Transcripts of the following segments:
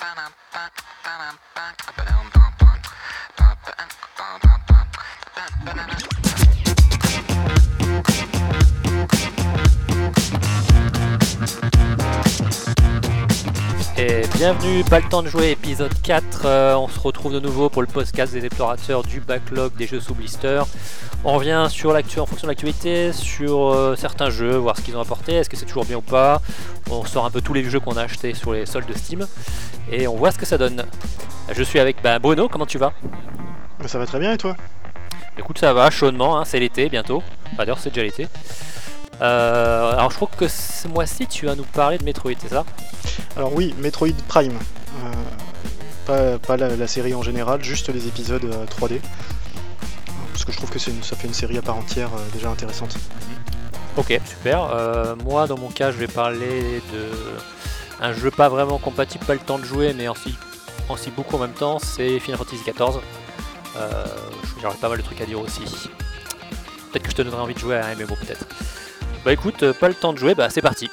Et bienvenue, pas le temps de jouer, épisode 4. On se retrouve de nouveau pour le podcast des explorateurs du backlog des jeux sous blister. On revient sur l'actu en fonction de l'actualité, sur certains jeux, voir ce qu'ils ont apporté, est-ce que c'est toujours bien ou pas. On sort un peu tous les jeux qu'on a achetés sur les soldes de Steam et on voit ce que ça donne. Je suis avec Bruno, comment tu vas ? Ça va très bien et toi ? Écoute, ça va chaudement, hein, c'est l'été bientôt. Enfin, d'ailleurs, c'est déjà l'été. Alors je crois que ce mois-ci tu vas nous parler de Metroid, c'est ça ? Alors oui, Metroid Prime. Pas la série en général, juste les épisodes 3D. Parce que je trouve que ça fait une série à part entière déjà intéressante. Ok, super. Moi dans mon cas je vais parler de un jeu pas vraiment compatible, pas le temps de jouer mais aussi beaucoup en même temps, c'est Final Fantasy XIV. J'aurais pas mal de trucs à dire aussi. Peut-être que je te donnerai envie de jouer à un MMO peut-être. Bah écoute, pas le temps de jouer, c'est parti.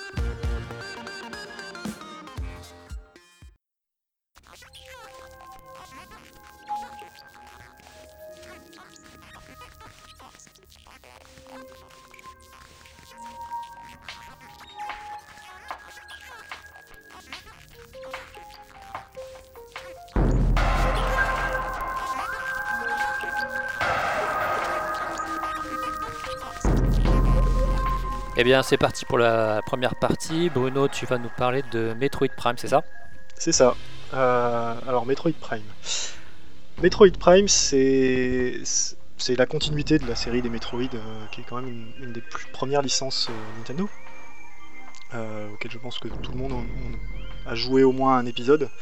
Eh bien c'est parti pour la première partie. Bruno, tu vas nous parler de Metroid Prime, c'est ça ? C'est ça. Alors Metroid Prime. Metroid Prime c'est la continuité de la série des Metroid, qui est quand même une des plus premières licences Nintendo, auquel je pense que tout le monde a joué au moins un épisode,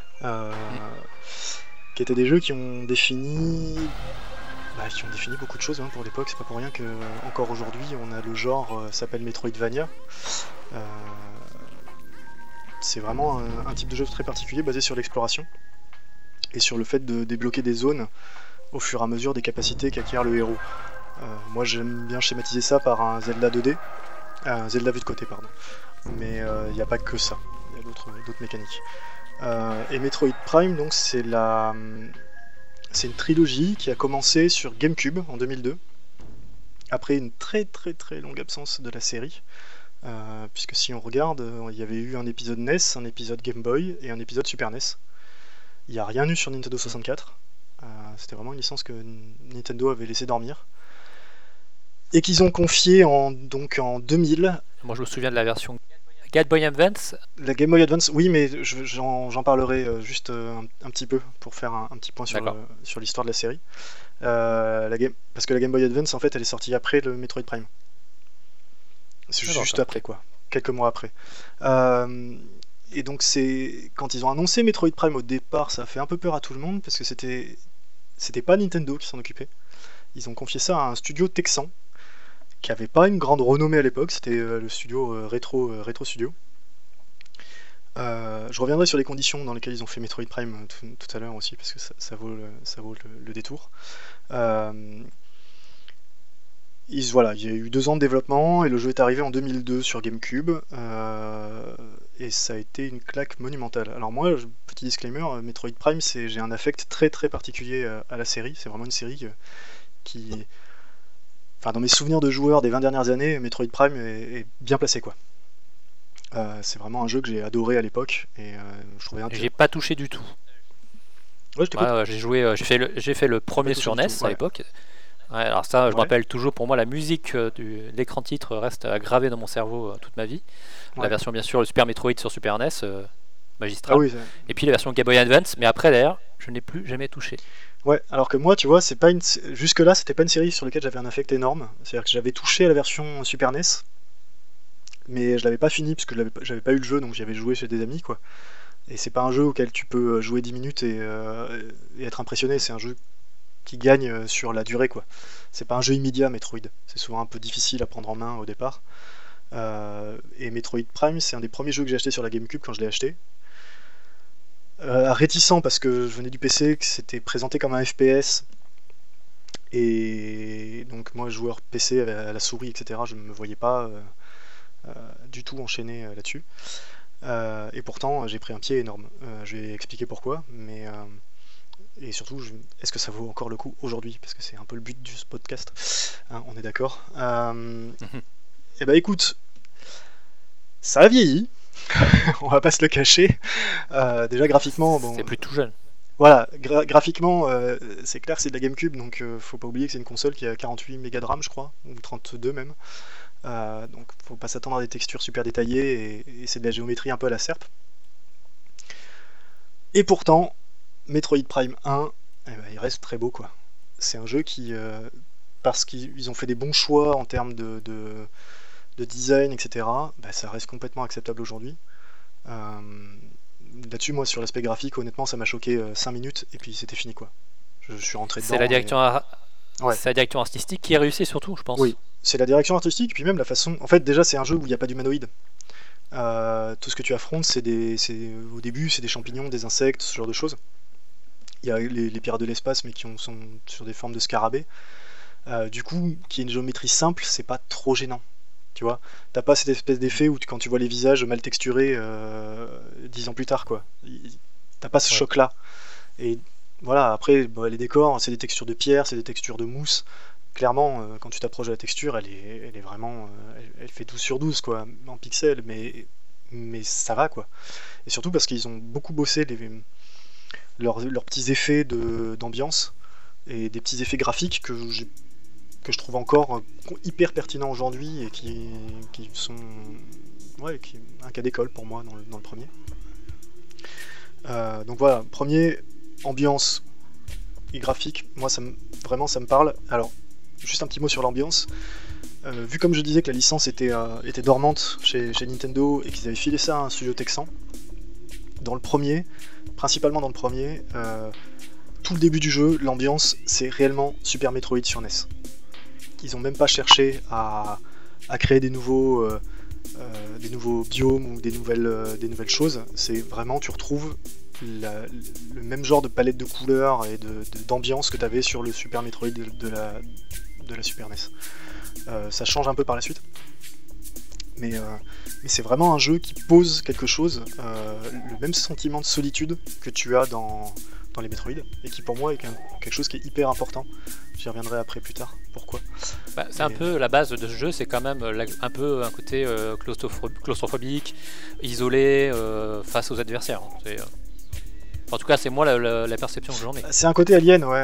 qui étaient des jeux qui ont défini beaucoup de choses pour l'époque. C'est pas pour rien que encore aujourd'hui on a le genre s'appelle Metroidvania. C'est vraiment un type de jeu très particulier basé sur l'exploration et sur le fait de débloquer des zones au fur et à mesure des capacités qu'acquiert le héros. Moi j'aime bien schématiser ça par un Zelda 2D, un Zelda vue de côté pardon. Mais il n'y a pas que ça, il y a d'autres mécaniques. Et Metroid Prime donc c'est une trilogie qui a commencé sur GameCube en 2002, après une très très très longue absence de la série, puisque si on regarde, il y avait eu un épisode NES, un épisode Game Boy et un épisode Super NES. Il n'y a rien eu sur Nintendo 64, c'était vraiment une licence que Nintendo avait laissé dormir, et qu'ils ont confié en 2000. Moi je me souviens de la version Game Boy Advance. La Game Boy Advance, oui, mais j'en parlerai juste un petit peu pour faire un petit point sur l'histoire de la série. Parce que la Game Boy Advance, en fait, elle est sortie après le Metroid Prime. C'est juste après, quoi. Quelques mois après. Et donc, quand ils ont annoncé Metroid Prime au départ, ça a fait un peu peur à tout le monde, parce que c'était pas Nintendo qui s'en occupait. Ils ont confié ça à un studio texan, qui avait pas une grande renommée à l'époque, c'était le studio Retro Studio. Je reviendrai sur les conditions dans lesquelles ils ont fait Metroid Prime tout à l'heure aussi, parce que ça vaut le détour. Il y a eu 2 ans de développement et le jeu est arrivé en 2002 sur GameCube, et ça a été une claque monumentale. Alors moi, petit disclaimer, Metroid Prime, j'ai un affect très très particulier à la série. C'est vraiment une série qui... Enfin, dans mes souvenirs de joueurs des 20 dernières années, Metroid Prime est bien placé, quoi. C'est vraiment un jeu que j'ai adoré à l'époque et je trouvais J'ai pas touché du tout. Ouais, je t'écoute. J'ai joué, j'ai fait le premier sur NES à l'époque. Ouais, alors ça, je me rappelle toujours. Pour moi, la musique de l'écran titre reste gravée dans mon cerveau toute ma vie. La version, bien sûr, le Super Metroid sur Super NES, magistral. Ah oui, et puis la version Game Boy Advance, mais après d'ailleurs, je n'ai plus jamais touché. Ouais, alors que moi, tu vois, jusque-là, c'était pas une série sur laquelle j'avais un affect énorme. C'est-à-dire que j'avais touché à la version Super NES, mais je l'avais pas fini parce que j'avais pas eu le jeu, donc j'y avais joué chez des amis, quoi. Et c'est pas un jeu auquel tu peux jouer 10 minutes et être impressionné. C'est un jeu qui gagne sur la durée, quoi. C'est pas un jeu immédiat, Metroid. C'est souvent un peu difficile à prendre en main au départ. Et Metroid Prime, c'est un des premiers jeux que j'ai acheté sur la GameCube quand je l'ai acheté. Réticent parce que je venais du PC, que c'était présenté comme un FPS. Et donc moi, joueur PC à la souris, etc., je ne me voyais pas du tout enchaîné là-dessus. Et pourtant j'ai pris un pied énorme. Je vais expliquer pourquoi, et surtout, est-ce que ça vaut encore le coup aujourd'hui? Parce que c'est un peu le but du podcast, hein, on est d'accord. Et bah écoute, ça a vieilli, on va pas se le cacher. Déjà graphiquement, bon, C'est plus tout jeune. voilà, graphiquement, c'est clair que c'est de la GameCube, donc faut pas oublier que c'est une console qui a 48 mégas de RAM, je crois, ou 32 même. Donc faut pas s'attendre à des textures super détaillées, et c'est de la géométrie un peu à la serpe. Et pourtant, Metroid Prime 1, eh ben, il reste très beau, quoi. C'est un jeu qui, parce qu'ils ont fait des bons choix en termes de design, etc., bah, ça reste complètement acceptable aujourd'hui. Là-dessus, moi, sur l'aspect graphique, honnêtement, ça m'a choqué 5 minutes, et puis c'était fini, quoi. Je suis rentré dedans. C'est la direction, Ouais. c'est la direction artistique qui a réussi surtout, je pense. Oui, c'est la direction artistique, puis même la façon... En fait, déjà, c'est un jeu où il n'y a pas d'humanoïde. Tout ce que tu affrontes, au début, c'est des champignons, des insectes, ce genre de choses. Il y a les pirates de l'espace, mais sont sur des formes de scarabées. Du coup, qu'il y ait une géométrie simple, c'est pas trop gênant. Tu vois, t'as pas cette espèce d'effet où quand tu vois les visages mal texturés 10 ans plus tard, quoi. T'as pas ce choc-là. Et voilà, après, bon, les décors, c'est des textures de pierre, c'est des textures de mousse. Clairement, quand tu t'approches de la texture, elle est vraiment... elle fait 12 sur 12, quoi, en pixels, mais ça va, quoi. Et surtout parce qu'ils ont beaucoup bossé leurs petits effets d'ambiance et des petits effets graphiques que je trouve encore hyper pertinents aujourd'hui et qui sont un cas d'école pour moi dans le premier. Donc voilà, premier, ambiance et graphique, moi vraiment ça me parle. Alors, juste un petit mot sur l'ambiance. Vu comme je disais que la licence était dormante chez Nintendo et qu'ils avaient filé ça à un studio texan, principalement dans le premier, tout le début du jeu, l'ambiance, c'est réellement Super Metroid sur NES. Ils ont même pas cherché à créer des nouveaux biomes ou des nouvelles choses. C'est vraiment, tu retrouves le même genre de palette de couleurs et d'ambiance que tu avais sur le Super Metroid de la Super NES. Ça change un peu par la suite. Mais c'est vraiment un jeu qui pose quelque chose, le même sentiment de solitude que tu as dans les Metroid, et qui pour moi est quelque chose qui est hyper important. J'y reviendrai après plus tard. Pourquoi? C'est un peu la base de ce jeu, c'est quand même un peu un côté claustrophobique, isolé face aux adversaires. En tout cas, c'est moi la perception que j'en ai. C'est un côté alien, ouais.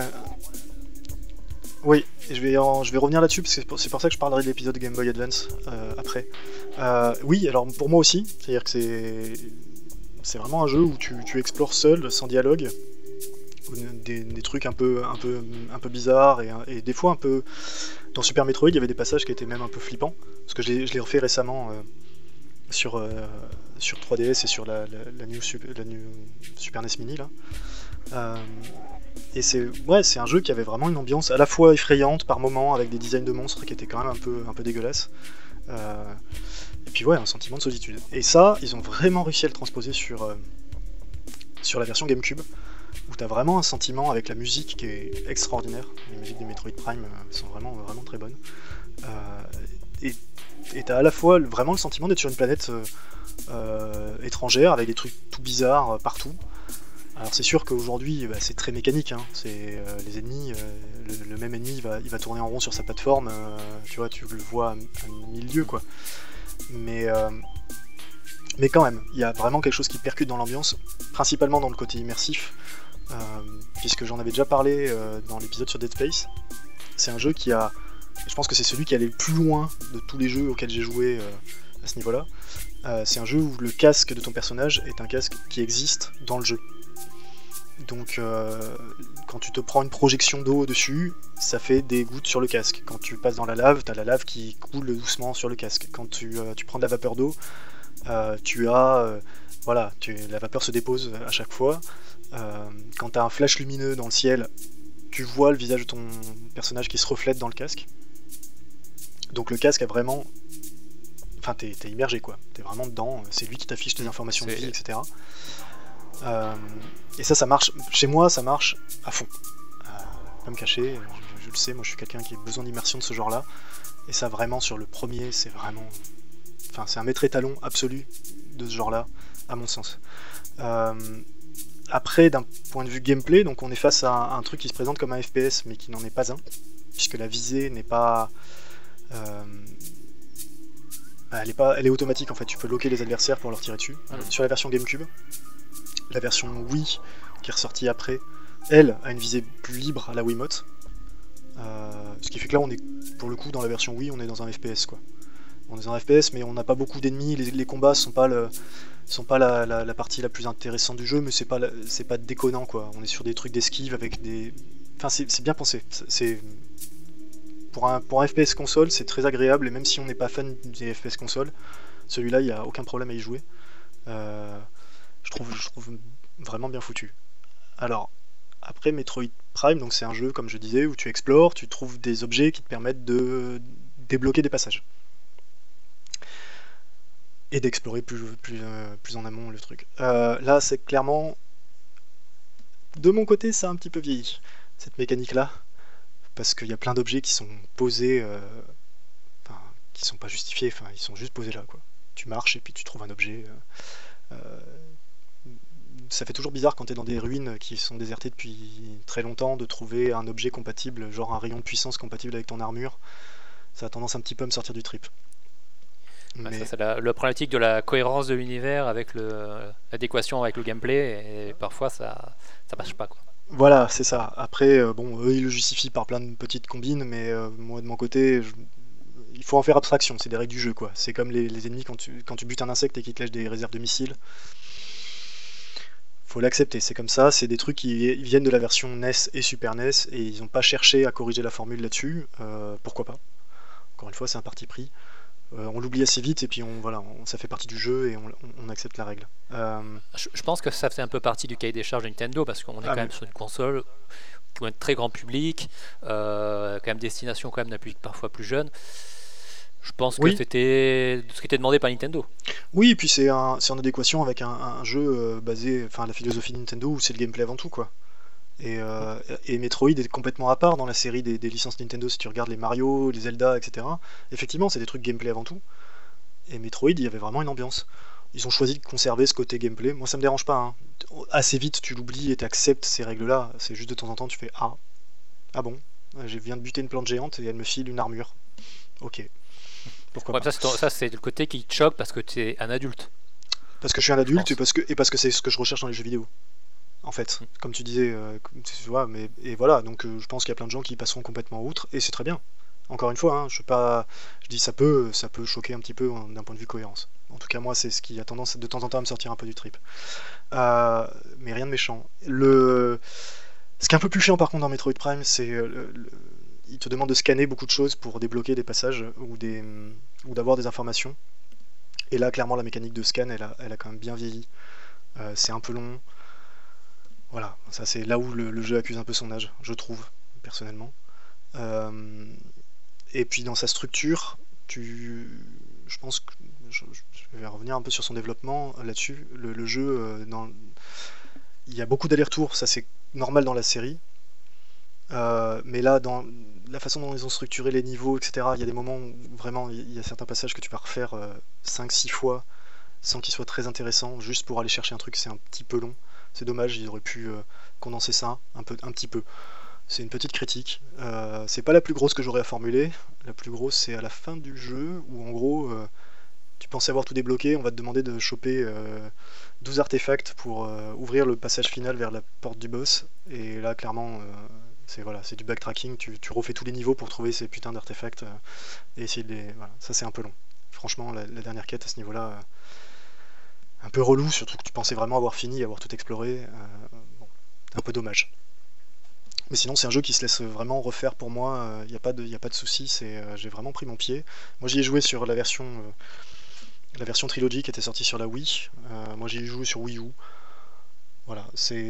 Oui, et je vais revenir là-dessus, parce que c'est pour ça que je parlerai de l'épisode Game Boy Advance après. Oui, alors pour moi aussi, c'est-à-dire que c'est vraiment un jeu où tu explores seul, sans dialogue, des trucs un peu bizarres, et des fois un peu... Dans Super Metroid, il y avait des passages qui étaient même un peu flippants, parce que je l'ai refait récemment sur 3DS et sur la new Super NES Mini, là. Et c'est un jeu qui avait vraiment une ambiance à la fois effrayante par moments, avec des designs de monstres qui étaient quand même un peu dégueulasses. Et puis un sentiment de solitude. Et ça, ils ont vraiment réussi à le transposer sur la version GameCube, où t'as vraiment un sentiment avec la musique qui est extraordinaire. Les musiques des Metroid Prime sont vraiment très bonnes. Et t'as à la fois vraiment le sentiment d'être sur une planète étrangère, avec des trucs tout bizarres partout. Alors c'est sûr qu'aujourd'hui c'est très mécanique, hein. C'est les ennemis, le même ennemi il va tourner en rond sur sa plateforme, tu vois, tu le vois à milieu, quoi. Mais quand même, il y a vraiment quelque chose qui percute dans l'ambiance, principalement dans le côté immersif, puisque j'en avais déjà parlé dans l'épisode sur Dead Space. C'est un jeu je pense que c'est celui qui allait le plus loin de tous les jeux auxquels j'ai joué à ce niveau-là. C'est un jeu où le casque de ton personnage est un casque qui existe dans le jeu. Donc quand tu te prends une projection d'eau dessus, ça fait des gouttes sur le casque. Quand tu passes dans la lave, t'as la lave qui coule doucement sur le casque. Quand tu prends de la vapeur d'eau, la vapeur se dépose à chaque fois. Quand t'as un flash lumineux dans le ciel, tu vois le visage de ton personnage qui se reflète dans le casque. Donc le casque a vraiment... Enfin, t'es immergé, quoi. T'es vraiment dedans, c'est lui qui t'affiche tes informations de vie, etc. Et ça marche, chez moi ça marche à fond. Pas me cacher, je le sais, moi je suis quelqu'un qui a besoin d'immersion de ce genre là, et ça vraiment sur le premier c'est vraiment c'est un maître étalon absolu de ce genre-là, à mon sens. Euh, Après, d'un point de vue gameplay, donc on est face à un truc qui se présente comme un FPS, mais qui n'en est pas un, puisque la visée n'est pas, euh, elle est automatique en fait. Tu peux loquer les adversaires pour leur tirer dessus. Sur la version GameCube, la version Wii qui est ressortie après, elle a une visée plus libre à la Wiimote. Ce qui fait que là, on est pour le coup dans la version Wii, on est dans un FPS quoi. On est dans un FPS, mais on n'a pas beaucoup d'ennemis. Les combats sont pas la partie la plus intéressante du jeu, mais c'est pas déconnant quoi. On est sur des trucs d'esquive avec des. Enfin, c'est bien pensé. C'est pour un FPS console, c'est très agréable, et même si on n'est pas fan des FPS console, celui-là, il n'y a aucun problème à y jouer. Je trouve vraiment bien foutu. Alors, après Metroid Prime, donc c'est un jeu, comme je disais, où tu explores, tu trouves des objets qui te permettent de débloquer des passages. Et d'explorer plus en amont le truc. Là, c'est clairement... De mon côté, ça a un petit peu vieilli, cette mécanique-là, parce qu'il y a plein d'objets qui sont posés, enfin, qui sont pas justifiés, enfin, ils sont juste posés là, quoi. Tu marches et puis tu trouves un objet. Euh, Ça fait toujours bizarre quand tu es dans des ruines qui sont désertées depuis très longtemps de trouver un objet compatible, genre un rayon de puissance compatible avec ton armure. Ça a tendance un petit peu à me sortir du trip. Ouais, ça, Mais c'est la problématique de la cohérence de l'univers avec l'adéquation avec le gameplay, et parfois ça marche pas quoi. voilà, c'est ça. Après, bon, eux ils le justifient par plein de petites combines, mais moi de mon côté, il faut en faire abstraction, c'est des règles du jeu quoi. C'est comme les ennemis quand tu butes un insecte et qu'il te lâche des réserves de missiles. Faut l'accepter, c'est comme ça, c'est des trucs qui viennent de la version NES et Super NES et ils n'ont pas cherché à corriger la formule là-dessus, pourquoi pas. Encore une fois, c'est un parti pris. On l'oublie assez vite et puis ça fait partie du jeu et on accepte la règle. Je pense que ça fait un peu partie du cahier des charges de Nintendo parce qu'on est quand Mais même sur une console qui est très grand public, quand même destination quand même d'un public parfois plus jeune. Je pense que oui, c'était ce qui était demandé par Nintendo. oui, et puis c'est en adéquation avec un jeu basé, enfin la philosophie de Nintendo où c'est le gameplay avant tout quoi. Et Metroid est complètement à part dans la série des licences Nintendo si tu regardes les Mario, les Zelda, etc. Effectivement, c'est des trucs gameplay avant tout. Et Metroid, il y avait vraiment une ambiance. Ils ont choisi de conserver ce côté gameplay. Moi, ça me dérange pas, hein. Assez vite, tu l'oublies et tu acceptes ces règles-là. C'est juste de temps en temps, tu fais ah bon, je viens de buter une plante géante et elle me file une armure. Ok, pourquoi Ouais, pas. ça c'est le côté qui te choque parce que tu es un adulte, Parce que je suis un je adulte pense. et parce que c'est ce que je recherche dans les jeux vidéo. En fait, comme tu disais, tu vois, et voilà, donc je pense qu'il y a plein de gens qui passeront complètement outre, et c'est très bien. Encore une fois, hein, je dis ça peut choquer un petit peu hein, d'un point de vue cohérence. En tout cas, moi, c'est ce qui a tendance de temps en temps à me sortir un peu du trip. Mais rien de méchant. Ce qui est un peu plus chiant par contre dans Metroid Prime, c'est il te demande de scanner beaucoup de choses pour débloquer des passages ou d'avoir des informations. Et là, clairement, la mécanique de scan, elle a quand même bien vieilli. C'est un peu long. Voilà, ça c'est là où le jeu accuse un peu son âge, je trouve, personnellement. Euh, et puis dans sa structure, je pense que je vais revenir un peu sur son développement là-dessus. Le jeu, il y a beaucoup d'allers-retours, ça c'est normal dans la série. Mais là, dans la façon dont ils ont structuré les niveaux, etc., il y a des moments où vraiment il y a certains passages que tu vas refaire 5-6 fois sans qu'ils soient très intéressants, juste pour aller chercher un truc, c'est un petit peu long. C'est dommage, ils auraient pu condenser ça un petit peu. C'est une petite critique. C'est pas la plus grosse que j'aurais à formuler. La plus grosse, c'est à la fin du jeu, où en gros, tu pensais avoir tout débloqué, on va te demander de choper 12 artefacts pour ouvrir le passage final vers la porte du boss. Et là, clairement, c'est du backtracking. Tu refais tous les niveaux pour trouver ces putains d'artefacts et essayer de les. Voilà. Ça, c'est un peu long. Franchement, la dernière quête à ce niveau-là, un peu relou, surtout que tu pensais vraiment avoir fini, avoir tout exploré. Bon, un peu dommage. Mais sinon, c'est un jeu qui se laisse vraiment refaire pour moi. Il n'y a pas de souci. J'ai vraiment pris mon pied. Moi, j'y ai joué sur la version Trilogy qui était sortie sur la Wii. Moi, j'y ai joué sur Wii U. Voilà,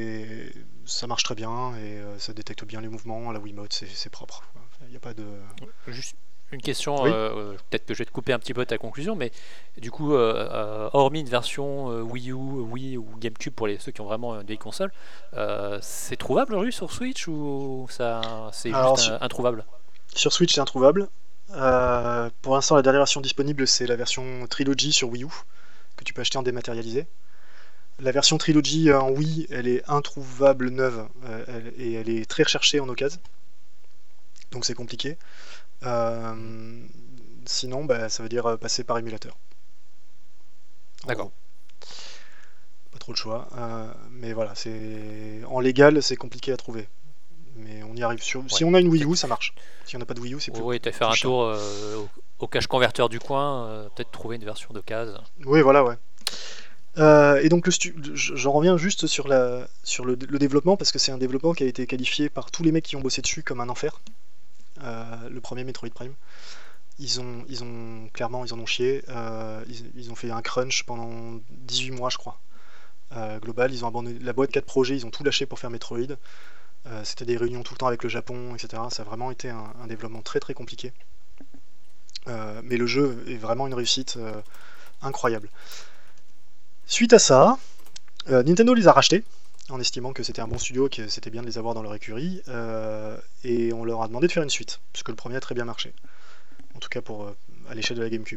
ça marche très bien et ça détecte bien les mouvements. La Wiimote, c'est propre. Il n'y a pas de. Juste une question, Oui. peut-être que je vais te couper un petit peu ta conclusion, mais du coup, hormis une version Wii U, Wii ou GameCube pour ceux qui ont vraiment des consoles, c'est trouvable aujourd'hui sur Switch ou ça c'est juste Alors, introuvable? sur Switch, c'est introuvable. Pour l'instant, la dernière version disponible, c'est la version Trilogy sur Wii U, que tu peux acheter en dématérialisé. La version Trilogy en Wii, elle est introuvable neuve, et elle est très recherchée en occasion, donc c'est compliqué. Euh, Sinon, bah, ça veut dire passer par émulateur, en D'accord. gros. Pas trop le choix. Mais voilà, en légal, c'est compliqué à trouver. Mais on y arrive. Si Ouais. on a une Wii U, Peut-être. ça marche. Si on n'a pas de Wii U, c'est Oui, tu vas faire plus un chiant. tour au cache converteur du coin, peut-être trouver une version d'occasion. Oui, voilà, ouais. Et donc, j'en reviens juste sur, le développement, parce que c'est un développement qui a été qualifié par tous les mecs qui ont bossé dessus comme un enfer. Le premier Metroid Prime. Clairement, ils en ont chié. Ils ont fait un crunch pendant 18 mois, je crois. Global, ils ont abandonné la boîte 4 projets, ils ont tout lâché pour faire Metroid. C'était des réunions tout le temps avec le Japon, etc. Ça a vraiment été un développement très très compliqué. Mais le jeu est vraiment une réussite incroyable. Suite à ça, Nintendo les a rachetés en estimant que c'était un bon studio, que c'était bien de les avoir dans leur écurie, et on leur a demandé de faire une suite, puisque le premier a très bien marché, en tout cas à l'échelle de la GameCube.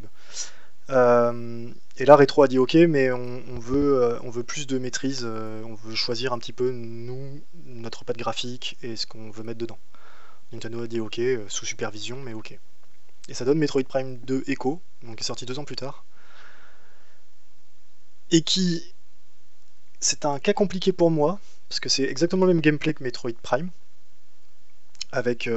Et là, Retro a dit ok, mais on veut plus de maîtrise, on veut choisir un petit peu nous, notre patte graphique et ce qu'on veut mettre dedans. Nintendo a dit ok, sous supervision, mais ok. Et ça donne Metroid Prime 2 Echo, donc qui est sorti 2 ans plus tard, et qui c'est un cas compliqué pour moi parce que c'est exactement le même gameplay que Metroid Prime, avec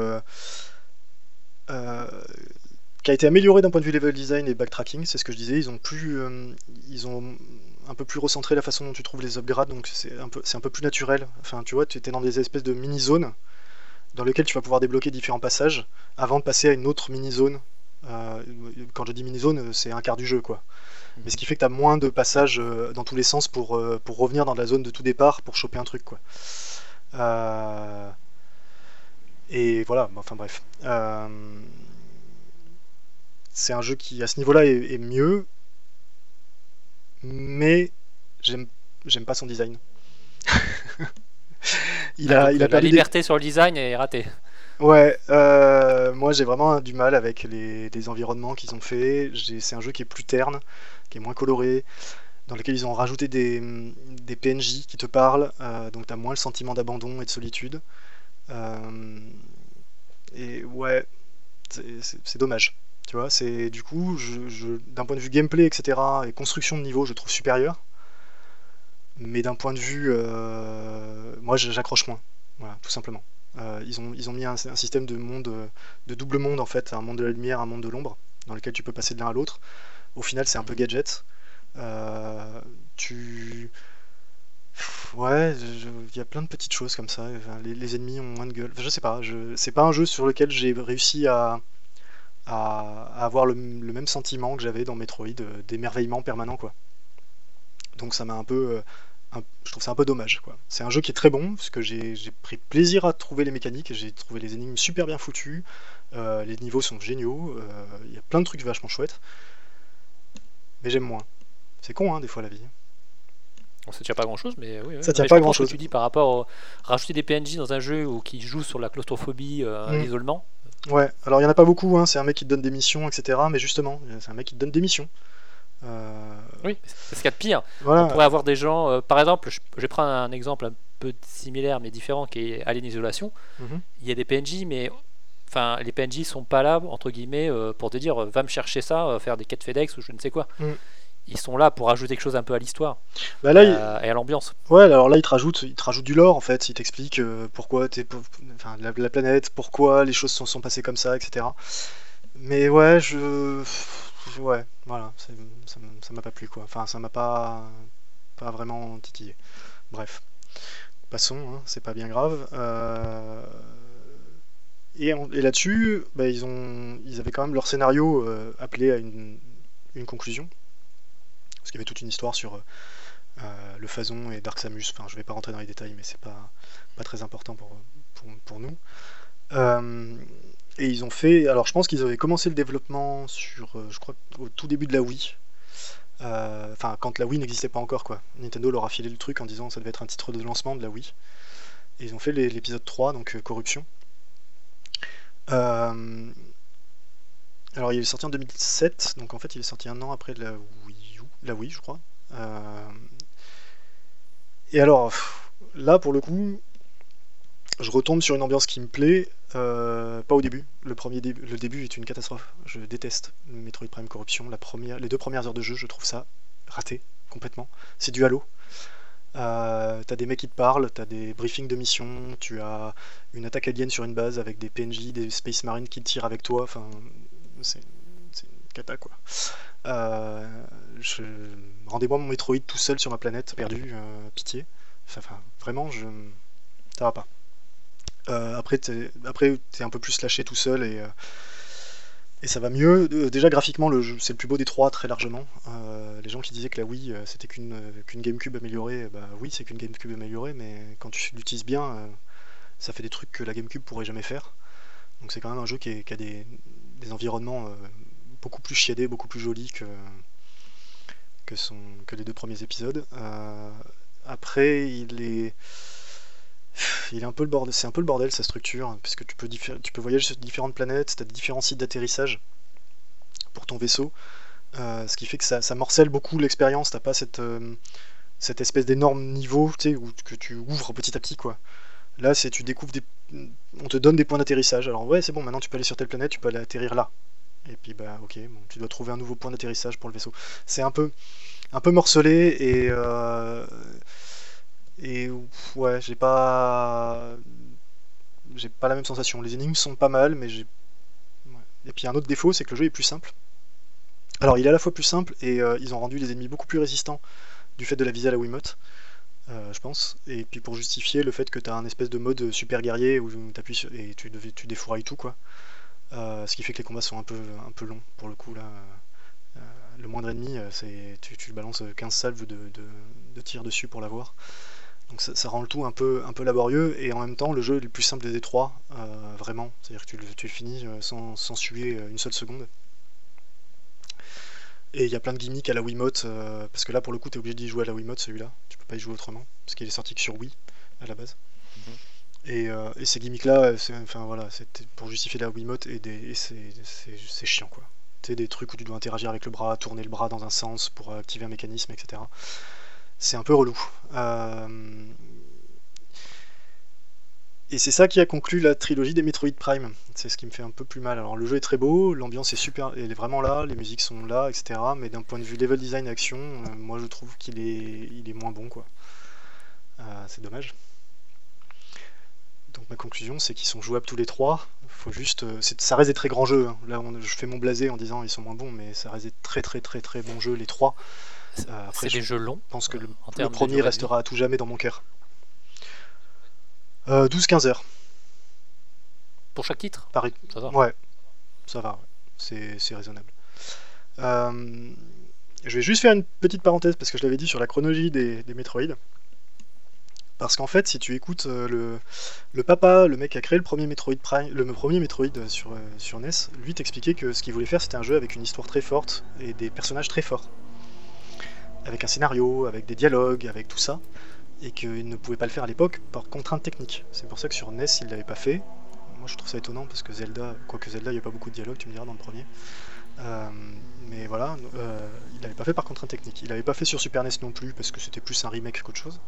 euh, qui a été amélioré d'un point de vue level design et backtracking, c'est ce que je disais. Ils ont un peu plus recentré la façon dont tu trouves les upgrades, donc c'est un peu plus naturel. Enfin, tu vois, tu étais dans des espèces de mini-zones dans lesquelles tu vas pouvoir débloquer différents passages avant de passer à une autre mini-zone. Quand je dis mini-zone, c'est un quart du jeu, quoi. Mais ce Mhm. qui fait que tu as moins de passages dans tous les sens pour revenir dans la zone de tout départ pour choper un truc, quoi. Euh, et voilà, enfin bref. C'est un jeu qui, à ce niveau-là, est mieux, mais j'aime j'aime pas son design. Ah, donc Il a la perdu des... liberté sur le design est ratée. Ouais, moi j'ai vraiment du mal avec les environnements qu'ils ont fait. C'est un jeu qui est plus terne, qui est moins coloré, dans lequel ils ont rajouté des PNJ qui te parlent, donc t'as moins le sentiment d'abandon et de solitude. Euh, et ouais, c'est dommage. Tu vois, c'est du coup, d'un point de vue gameplay, etc., et construction de niveau, je trouve supérieur. Mais d'un point de vue, moi j'accroche moins, voilà, tout simplement. Ils ont mis un système de monde, de double monde en fait, un monde de la lumière, un monde de l'ombre, dans lequel tu peux passer de l'un à l'autre. Au final, c'est un peu Mhm. gadget. Tu, ouais, il y a plein de petites choses comme ça. Enfin, les ennemis ont moins de gueule. Enfin, je sais pas. C'est pas un jeu sur lequel j'ai réussi à avoir le même sentiment que j'avais dans Metroid, d'émerveillement permanent, quoi. Donc ça m'a un peu, je trouve ça un peu dommage, quoi. C'est un jeu qui est très bon parce que j'ai pris plaisir à trouver les mécaniques, j'ai trouvé les énigmes super bien foutues, les niveaux sont géniaux, il y a plein de trucs vachement chouettes, mais j'aime moins. C'est con, hein, des fois la vie. Bon, c'est déjà pas grand chose, mais oui, oui. Ça Non, tient mais je pas à grand comprends ce que chose. tu dis par rapport rajouter des PNJ dans un jeu ou qui joue sur la claustrophobie, Hmm. l'isolement. Ouais, alors il y en a pas beaucoup, hein, c'est un mec qui te donne des missions, etc. Mais justement, c'est un mec qui te donne des missions. Euh, Oui, c'est ce qu'il y a de pire. On voilà. pourrait avoir des gens, par exemple, je vais prendre un exemple un peu similaire mais différent qui est Alien Isolation. Mhm. Il y a des PNJ, mais enfin, les PNJ sont pas là, entre guillemets, pour te dire va me chercher ça, faire des quêtes FedEx ou je ne sais quoi. Hmm. Ils sont là pour ajouter quelque chose un peu à l'histoire Bah là, et à l'ambiance. ouais, alors là, il te rajoute du lore en fait. Il t'explique pourquoi enfin, la planète, pourquoi les choses sont passées comme ça, etc. Mais ouais, ouais, voilà, ça m'a pas plu quoi. Enfin, ça m'a pas vraiment titillé. Bref, passons, hein, c'est pas bien grave. Et là-dessus, bah, ils avaient quand même leur scénario appelé à une conclusion. Parce qu'il y avait toute une histoire sur le Phazon et Dark Samus. Enfin, je vais pas rentrer dans les détails, mais c'est pas très important pour nous. Euh, et ils ont fait. Alors, je pense qu'ils avaient commencé le développement sur, je crois, au tout début de la Wii. Enfin, quand la Wii n'existait pas encore, quoi. Nintendo leur a filé le truc en disant que ça devait être un titre de lancement de la Wii. Et ils ont fait l'épisode 3, donc Corruption. Euh, Alors il est sorti en 2007, donc en fait il est sorti un an après la Wii je crois. Et alors là pour le coup, je retombe sur une ambiance qui me plaît, pas au début. Le début est une catastrophe. Je déteste Metroid Prime Corruption. Les 2 premières heures de jeu, je trouve ça raté complètement. C'est du Halo. T'as des mecs qui te parlent, t'as des briefings de mission, tu as une attaque alien sur une base avec des PNJ, des Space Marines qui tirent avec toi. Enfin, c'est c'est une cata quoi. Euh, je- Rendez-moi mon Metroid tout seul sur ma planète, perdu, pitié. Enfin, vraiment, ça va pas. Après, t'es un peu plus lâché tout seul et ça va mieux. Déjà graphiquement, c'est le plus beau des trois très largement. Les gens qui disaient que la Wii c'était qu'une GameCube améliorée, bah oui, c'est qu'une GameCube améliorée, mais quand tu l'utilises bien, ça fait des trucs que la GameCube pourrait jamais faire. Donc c'est quand même un jeu qui a des environnements beaucoup plus chiadés, beaucoup plus jolis que les 2 premiers épisodes. Après, il est un peu le bordel, c'est un peu le bordel sa structure, puisque tu peux voyager sur différentes planètes, tu as différents sites d'atterrissage pour ton vaisseau, ce qui fait que ça morcelle beaucoup l'expérience, t'as pas cette espèce d'énorme niveau, tu sais, que tu ouvres petit à petit quoi. Là c'est tu découvres on te donne des points d'atterrissage, alors ouais c'est bon, maintenant tu peux aller sur telle planète, tu peux aller atterrir là. Et puis bah ok, bon, tu dois trouver un nouveau point d'atterrissage pour le vaisseau. C'est un peu morcelé et ouais, j'ai pas la même sensation. Les énigmes sont pas mal, mais ouais. Et puis un autre défaut, c'est que le jeu est plus simple. Alors il est à la fois plus simple et ils ont rendu les ennemis beaucoup plus résistants du fait de la visée à la Wiimote, je pense. Et puis pour justifier le fait que tu as un espèce de mode super guerrier où t'appuies et tu défourailles tout quoi. Ce qui fait que les combats sont un peu longs pour le coup là. Le moindre ennemi, tu balances 15 salves de tir dessus pour l'avoir. Donc ça rend le tout un peu laborieux et en même temps le jeu est le plus simple des trois, vraiment. C'est-à-dire que tu le finis sans suer une seule seconde. Et il y a plein de gimmicks à la Wiimote, parce que là pour le coup t'es obligé d'y jouer à la Wiimote celui-là, tu peux pas y jouer autrement, parce qu'il est sorti que sur Wii à la base. Mhm. Et ces gimmicks là, enfin voilà, c'était pour justifier la Wiimote et c'est chiant quoi. Tu sais, des trucs où tu dois interagir avec le bras, tourner le bras dans un sens pour activer un mécanisme, etc. C'est un peu relou. Et c'est ça qui a conclu la trilogie des Metroid Prime. C'est ce qui me fait un peu plus mal. Alors le jeu est très beau, l'ambiance est super, elle est vraiment là, les musiques sont là, etc. Mais d'un point de vue level design et action, moi je trouve qu'il est moins bon quoi. C'est dommage. Donc ma conclusion c'est qu'ils sont jouables tous les trois. Faut juste, ça reste des très grands jeux, hein. Là je fais mon blasé en disant ils sont moins bons, mais ça reste des très très très très bons jeux les trois. Après C'est je des jeux longs pense que en le termes de premier durée de vie. restera à tout jamais dans mon cœur. 12-15 heures. Pour chaque titre, Pareil. ça va. Ouais, ça va, ouais. C'est raisonnable. Euh, je vais juste faire une petite parenthèse parce que je l'avais dit sur la chronologie des Metroid. Parce qu'en fait, si tu écoutes le papa, le mec qui a créé le premier Metroid Prime, le premier Metroid sur NES, lui t'expliquait que ce qu'il voulait faire c'était un jeu avec une histoire très forte et des personnages très forts. Avec un scénario, avec des dialogues, avec tout ça. Et qu'il ne pouvait pas le faire à l'époque par contrainte technique. C'est pour ça que sur NES il l'avait pas fait. Moi je trouve ça étonnant parce que Zelda, quoique Zelda il n'y a pas beaucoup de dialogue, tu me diras dans le premier. Euh, mais voilà, il l'avait pas fait par contrainte technique. Il l'avait pas fait sur Super NES non plus parce que c'était plus un remake qu'autre chose.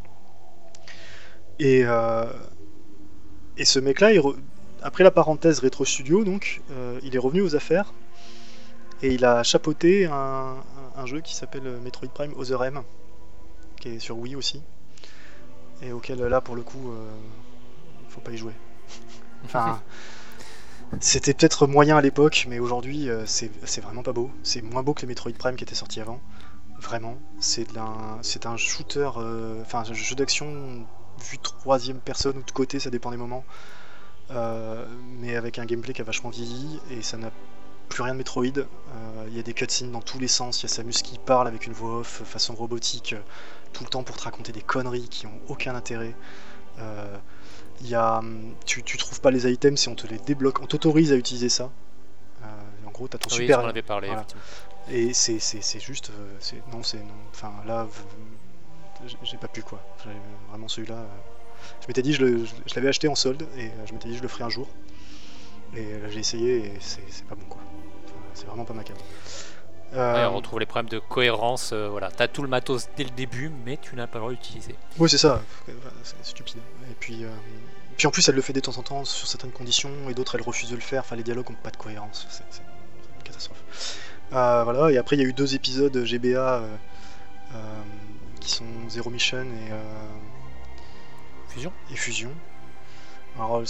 Et, euh, et ce mec-là, après la parenthèse Retro Studio, donc, il est revenu aux affaires et il a chapeauté un jeu qui s'appelle Metroid Prime Other M, qui est sur Wii aussi, et auquel là pour le coup, il faut pas y jouer. Enfin, c'était peut-être moyen à l'époque, mais aujourd'hui c'est vraiment pas beau. C'est moins beau que les Metroid Prime qui étaient sortis avant. Vraiment, c'est un shooter, enfin un jeu d'action vu troisième personne ou de côté, ça dépend des moments, mais avec un gameplay qui a vachement vieilli et ça n'a plus rien de Metroid. Il y a des cutscenes dans tous les sens, il y a Samus qui parle avec une voix off façon robotique tout le temps pour te raconter des conneries qui ont aucun intérêt. Euh, tu trouves pas les items si on te les débloque, on t'autorise à utiliser ça. En gros, t'as ton Oui, ça super. m'en avait parlé, Voilà. effectivement. Et c'est juste. Non, c'est non. Enfin, là, j'ai pas pu quoi. Vraiment celui-là. Je m'étais dit, je l'avais acheté en solde et je m'étais dit, je le ferai un jour. Et j'ai essayé et c'est pas bon quoi. c'est vraiment pas ma cam. Ouais, on retrouve les problèmes de cohérence. Voilà, t'as tout le matos dès le début, mais tu n'as pas le droit d'utiliser. Oui, c'est ça, c'est stupide. Et puis en plus, elle le fait de temps en temps sur certaines conditions, et d'autres, elle refuse de le faire. Enfin, les dialogues ont pas de cohérence, c'est une catastrophe. Voilà, et après, il y a eu 2 épisodes GBA qui sont Zero Mission Fusion. et Fusion. Alors,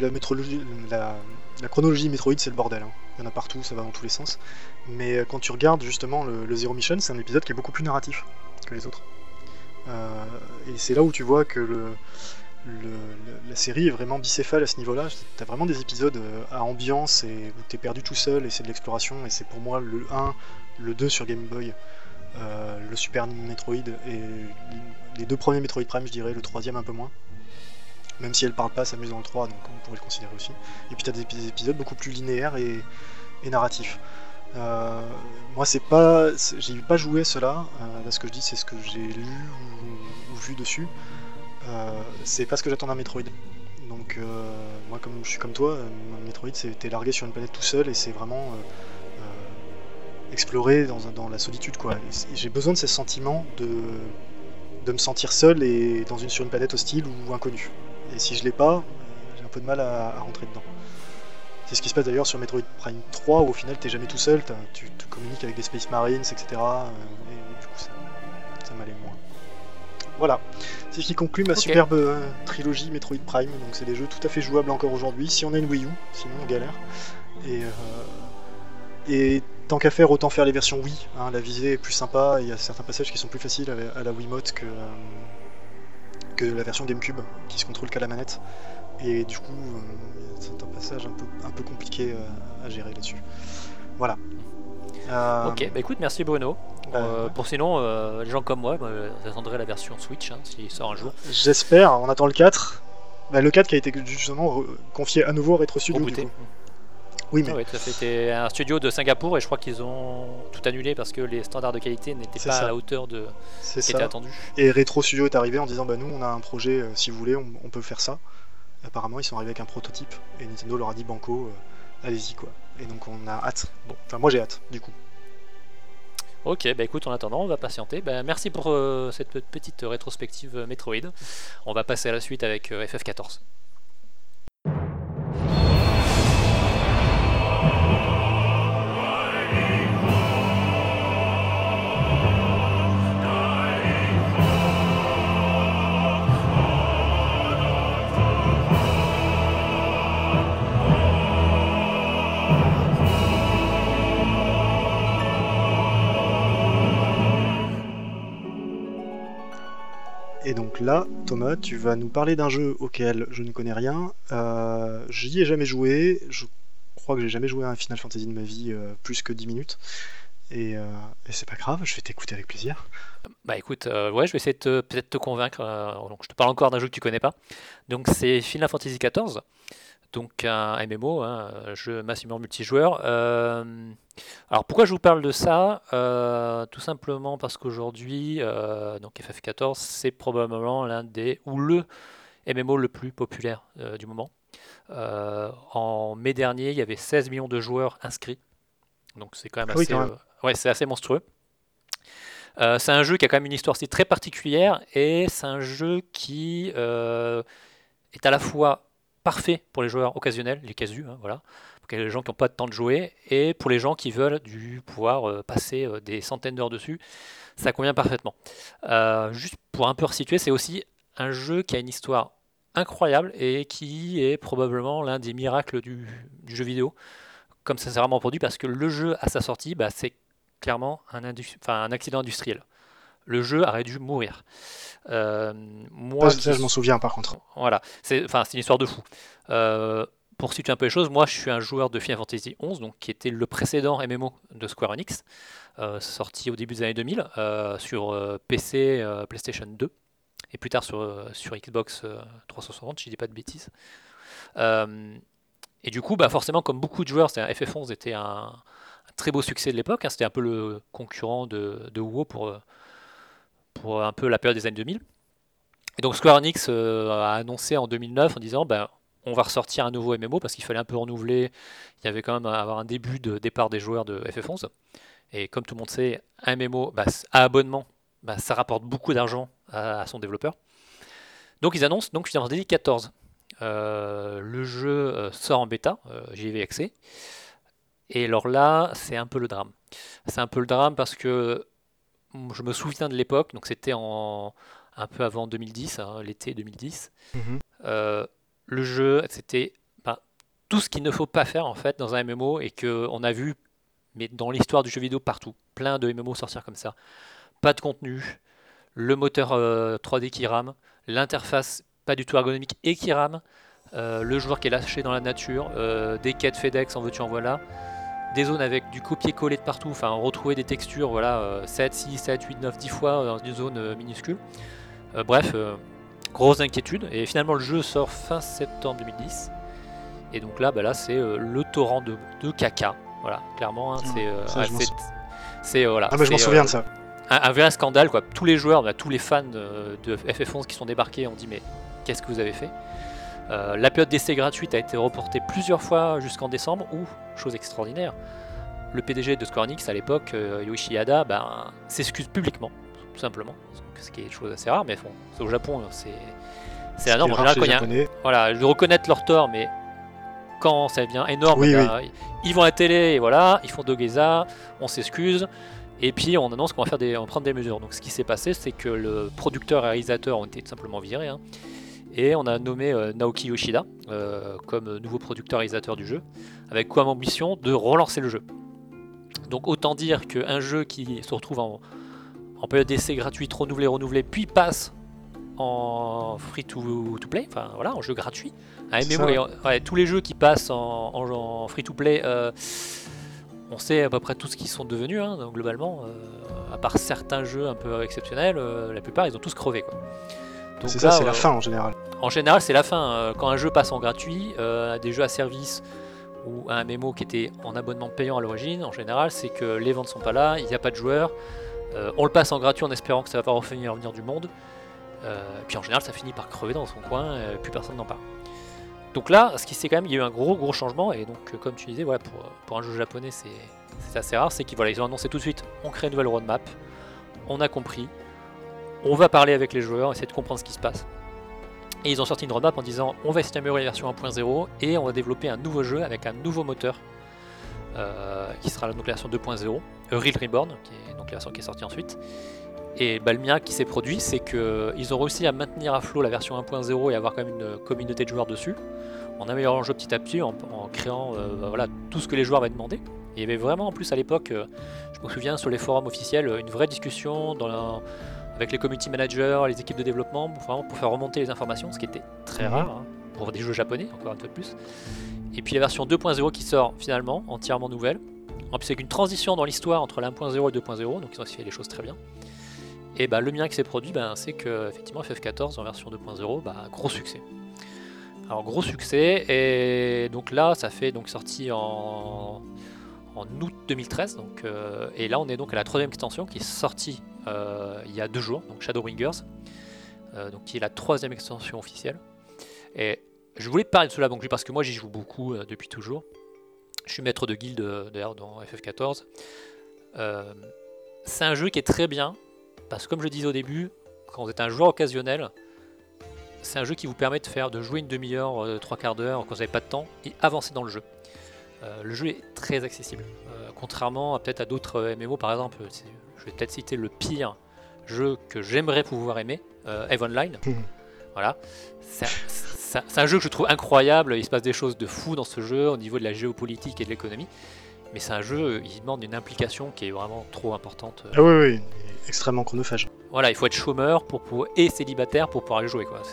la chronologie Metroid, c'est le bordel, hein. Il y en a partout, ça va dans tous les sens. Mais quand tu regardes justement le Zero Mission, c'est un épisode qui est beaucoup plus narratif que les autres. Et c'est là où tu vois que la série est vraiment bicéphale à ce niveau-là. T'as vraiment des épisodes à ambiance et où t'es perdu tout seul et c'est de l'exploration. Et c'est pour moi le 1, le 2 sur Game Boy, le Super Metroid et les 2 premiers Metroid Prime, je dirais, le 3ème un peu moins. Même si elle parle pas, s'amuse dans le 3, donc on pourrait le considérer aussi. Et puis t'as des épisodes beaucoup plus linéaires et narratifs. Moi, j'ai pas joué à cela. Là, ce que je dis, c'est ce que j'ai lu ou vu dessus. C'est pas ce que j'attends d'un Metroid. Donc, moi, comme je suis comme toi, Metroid, t'es largué sur une planète tout seul et c'est vraiment explorer dans la solitude, quoi. Et j'ai besoin de ces sentiments de me sentir seul et sur une planète hostile ou inconnue. Et si je l'ai pas, j'ai un peu de mal à rentrer dedans. C'est ce qui se passe d'ailleurs sur Metroid Prime 3 où au final t'es jamais tout seul, tu te communiques avec des Space Marines, etc. Et du coup ça m'allait moins. Voilà, c'est ce qui conclut ma superbe trilogie Metroid Prime. Donc c'est des jeux tout à fait jouables encore aujourd'hui, si on a une Wii U, sinon on galère. Et tant qu'à faire, autant faire les versions Wii, hein, la visée est plus sympa, il y a certains passages qui sont plus faciles à la Wiimote que la version GameCube, qui se contrôle qu'à la manette. Et du coup, c'est un passage un peu compliqué à gérer là-dessus. Voilà. Ok, bah écoute, merci Bruno. Ouais. Pour sinon, les gens comme moi, j'attendrai la version Switch, hein, s'il sort un jour. J'espère, on attend le 4. Bah, le 4 qui a été justement confié à nouveau à Retro Studio du coup. Oui, mais... Ah ouais, tout à fait. C'était un studio de Singapour et je crois qu'ils ont tout annulé parce que les standards de qualité n'étaient pas à la hauteur de ce qui était attendu. Et Retro Studio est arrivé en disant bah nous on a un projet, si vous voulez on peut faire ça. Apparemment ils sont arrivés avec un prototype et Nintendo leur a dit banco, allez-y quoi. Et donc on a hâte. Bon, enfin moi j'ai hâte du coup. Ok, bah écoute, en attendant, on va patienter. Bah, merci pour cette petite rétrospective Metroid. On va passer à la suite avec FF14. Et donc là, Thomas, tu vas nous parler d'un jeu auquel je ne connais rien. J'y ai jamais joué. Je crois que j'ai jamais joué à un Final Fantasy de ma vie plus que 10 minutes. Et c'est pas grave, je vais t'écouter avec plaisir. Bah écoute, ouais, je vais essayer de peut-être te convaincre. Donc je te parle encore d'un jeu que tu connais pas. Donc c'est Final Fantasy XIV. Donc un MMO, hein, un jeu massivement multijoueur. Alors pourquoi je vous parle de ça? Tout simplement parce qu'aujourd'hui, donc FF14, c'est probablement l'un des ou le MMO le plus populaire du moment. En mai dernier, il y avait 16 millions de joueurs inscrits. Donc c'est quand même assez, ouais, c'est assez monstrueux. C'est un jeu qui a quand même une histoire aussi très particulière et c'est un jeu qui est à la fois parfait pour les joueurs occasionnels, les casus, hein, voilà, pour les gens qui n'ont pas de temps de jouer, et pour les gens qui veulent pouvoir passer des centaines d'heures dessus, ça convient parfaitement. Juste pour un peu resituer, c'est aussi un jeu qui a une histoire incroyable et qui est probablement l'un des miracles du jeu vidéo, comme ça s'est vraiment produit, parce que le jeu à sa sortie, bah, c'est clairement un accident industriel. Le jeu aurait dû mourir. Moi, ça, je m'en souviens par contre. Voilà, c'est une histoire de fou. Pour situer un peu les choses, moi je suis un joueur de Final Fantasy XI, donc, qui était le précédent MMO de Square Enix, sorti au début des années 2000 sur PC, PlayStation 2, et plus tard sur Xbox 360, si je dis pas de bêtises. Et du coup, bah, forcément, comme beaucoup de joueurs, FF11 était un très beau succès de l'époque, hein, c'était un peu le concurrent de WoW pour un peu la période des années 2000. Et donc Square Enix a annoncé en 2009 en disant ben, on va ressortir un nouveau MMO parce qu'il fallait un peu renouveler. Il y avait quand même à avoir un début de départ des joueurs de FF11. Et comme tout le monde sait, un MMO à abonnement, ça rapporte beaucoup d'argent à son développeur. Donc ils annoncent donc Final Fantasy XIV. Le jeu sort en bêta, j'y vais accès. Et alors là, c'est un peu le drame. C'est un peu le drame parce que je me souviens de l'époque, donc c'était un peu avant 2010, hein, l'été 2010. Le jeu, c'était tout ce qu'il ne faut pas faire en fait dans un MMO et qu'on a vu, mais dans l'histoire du jeu vidéo partout, plein de MMO sortir comme ça. Pas de contenu, le moteur 3D qui rame, l'interface pas du tout ergonomique et qui rame, le joueur qui est lâché dans la nature, des quêtes FedEx en veux-tu en voilà, des zones avec du copier-coller de partout, enfin retrouver des textures, voilà, 7, 6, 7, 8, 9, 10 fois dans une zone minuscule. Bref, grosse inquiétude. Et finalement, le jeu sort fin septembre 2010. Et donc là, c'est le torrent de caca. Voilà, clairement, hein, c'est voilà. Ah, mais je m'en souviens de ça. Un vrai scandale, quoi. Tous les joueurs, tous les fans de FF11 qui sont débarqués ont dit mais qu'est-ce que vous avez fait? La période d'essai gratuite a été reportée plusieurs fois jusqu'en décembre, où, chose extraordinaire, le PDG de Square Enix à l'époque, Yoichi Hada, s'excuse publiquement, tout simplement, ce qui est une chose assez rare, mais bon, au Japon, c'est la norme. En général, quand ils reconnaissent leur tort, mais quand ça devient énorme, ils vont à la télé et voilà, ils font Dogeza, on s'excuse. Et puis on annonce qu'on va prendre des mesures. Donc ce qui s'est passé, c'est que le producteur et réalisateur ont été tout simplement virés. Hein, et on a nommé Naoki Yoshida comme nouveau producteur et réalisateur du jeu, avec comme ambition de relancer le jeu. Donc autant dire qu'un jeu qui se retrouve en période d'essai gratuite, renouvelé, puis passe en free-to-play, enfin voilà, en jeu gratuit. Un MMO, tous les jeux qui passent en free-to-play, on sait à peu près tout ce qu'ils sont devenus, hein, donc globalement, à part certains jeux un peu exceptionnels, la plupart ils ont tous crevé, quoi. Donc c'est là, c'est la fin en général. En général, c'est la fin. Quand un jeu passe en gratuit, des jeux à service ou un MMO qui était en abonnement payant à l'origine, en général, c'est que les ventes sont pas là, il n'y a pas de joueurs. On le passe en gratuit en espérant que ça va pas revenir du monde. Puis en général, ça finit par crever dans son coin, plus personne n'en parle. Donc là, ce qui c'est quand même, il y a eu un gros changement. Et donc, comme tu disais, voilà, pour un jeu japonais, c'est assez rare. C'est qu'ils ils ont annoncé tout de suite, on crée une nouvelle roadmap, on a compris. On va parler avec les joueurs, essayer de comprendre ce qui se passe. Et ils ont sorti une roadmap en disant on va essayer d'améliorer la version 1.0 et on va développer un nouveau jeu avec un nouveau moteur qui sera donc la version 2.0, Real Reborn, qui est donc la version qui est sortie ensuite. Et le mien qui s'est produit, c'est qu'ils ont réussi à maintenir à flot la version 1.0 et avoir quand même une communauté de joueurs dessus, en améliorant le jeu petit à petit, en créant tout ce que les joueurs avaient demandé. Et il y avait vraiment en plus à l'époque, je me souviens sur les forums officiels, une vraie discussion avec les community managers, les équipes de développement, pour faire remonter les informations, ce qui était très rare hein, pour des jeux japonais, encore une fois de plus. Et puis la version 2.0 qui sort finalement, entièrement nouvelle, en plus avec une transition dans l'histoire entre la 1.0 et 2.0, donc ils ont fait les choses très bien. Et le mien qui s'est produit, c'est que effectivement FF14 en version 2.0, gros succès. Alors gros succès, et donc là ça fait donc sorti en août 2013, donc, et là on est donc à la troisième extension qui est sortie il y a 2 jours, donc Shadowbringers, donc qui est la troisième extension officielle. Et je voulais parler de cela donc, parce que moi j'y joue beaucoup depuis toujours. Je suis maître de guilde d'ailleurs dans FF14. C'est un jeu qui est très bien, parce que comme je disais au début, quand vous êtes un joueur occasionnel, c'est un jeu qui vous permet de jouer une demi-heure, 3 quarts d'heure quand vous n'avez pas de temps, et avancer dans le jeu. Le jeu est très accessible, contrairement à d'autres MMO. Par exemple, je vais peut-être citer le pire jeu que j'aimerais pouvoir aimer, EVE Online. Voilà, c'est un jeu que je trouve incroyable, il se passe des choses de fou dans ce jeu au niveau de la géopolitique et de l'économie, mais c'est un jeu, il demande une implication qui est vraiment trop importante. Ah oui, extrêmement chronophage. Voilà, il faut être chômeur et célibataire pour pouvoir y jouer, quoi.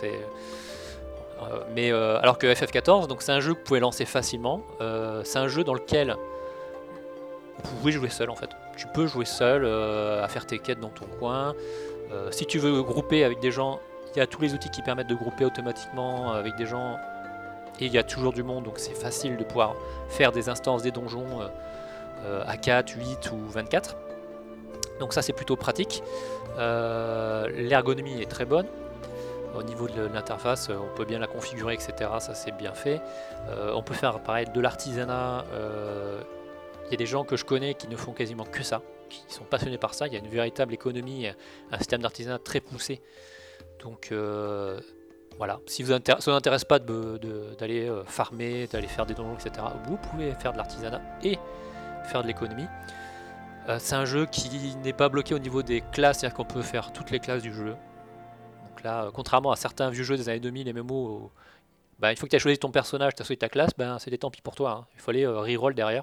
Alors que FF14, donc c'est un jeu que vous pouvez lancer facilement. C'est un jeu dans lequel vous pouvez jouer seul en fait. Tu peux jouer seul à faire tes quêtes dans ton coin. Si tu veux grouper avec des gens, il y a tous les outils qui permettent de grouper automatiquement avec des gens. Et il y a toujours du monde, donc c'est facile de pouvoir faire des instances, des donjons à 4, 8 ou 24. Donc ça c'est plutôt pratique. L'ergonomie est très bonne. Au niveau de l'interface, on peut bien la configurer, etc. Ça c'est bien fait. On peut faire pareil de l'artisanat. Il y a des gens que je connais qui ne font quasiment que ça, qui sont passionnés par ça. Il y a une véritable économie, un système d'artisanat très poussé. Donc voilà, si ça vous n'intéresse pas d'aller farmer, d'aller faire des donjons, etc., vous pouvez faire de l'artisanat et faire de l'économie. C'est un jeu qui n'est pas bloqué au niveau des classes, c'est-à-dire qu'on peut faire toutes les classes du jeu. Donc là, contrairement à certains vieux jeux des années 2000, les MMO, une fois que tu as choisi ton personnage, tu as choisi ta classe, c'était tant pis pour toi. Hein. Il fallait reroll derrière.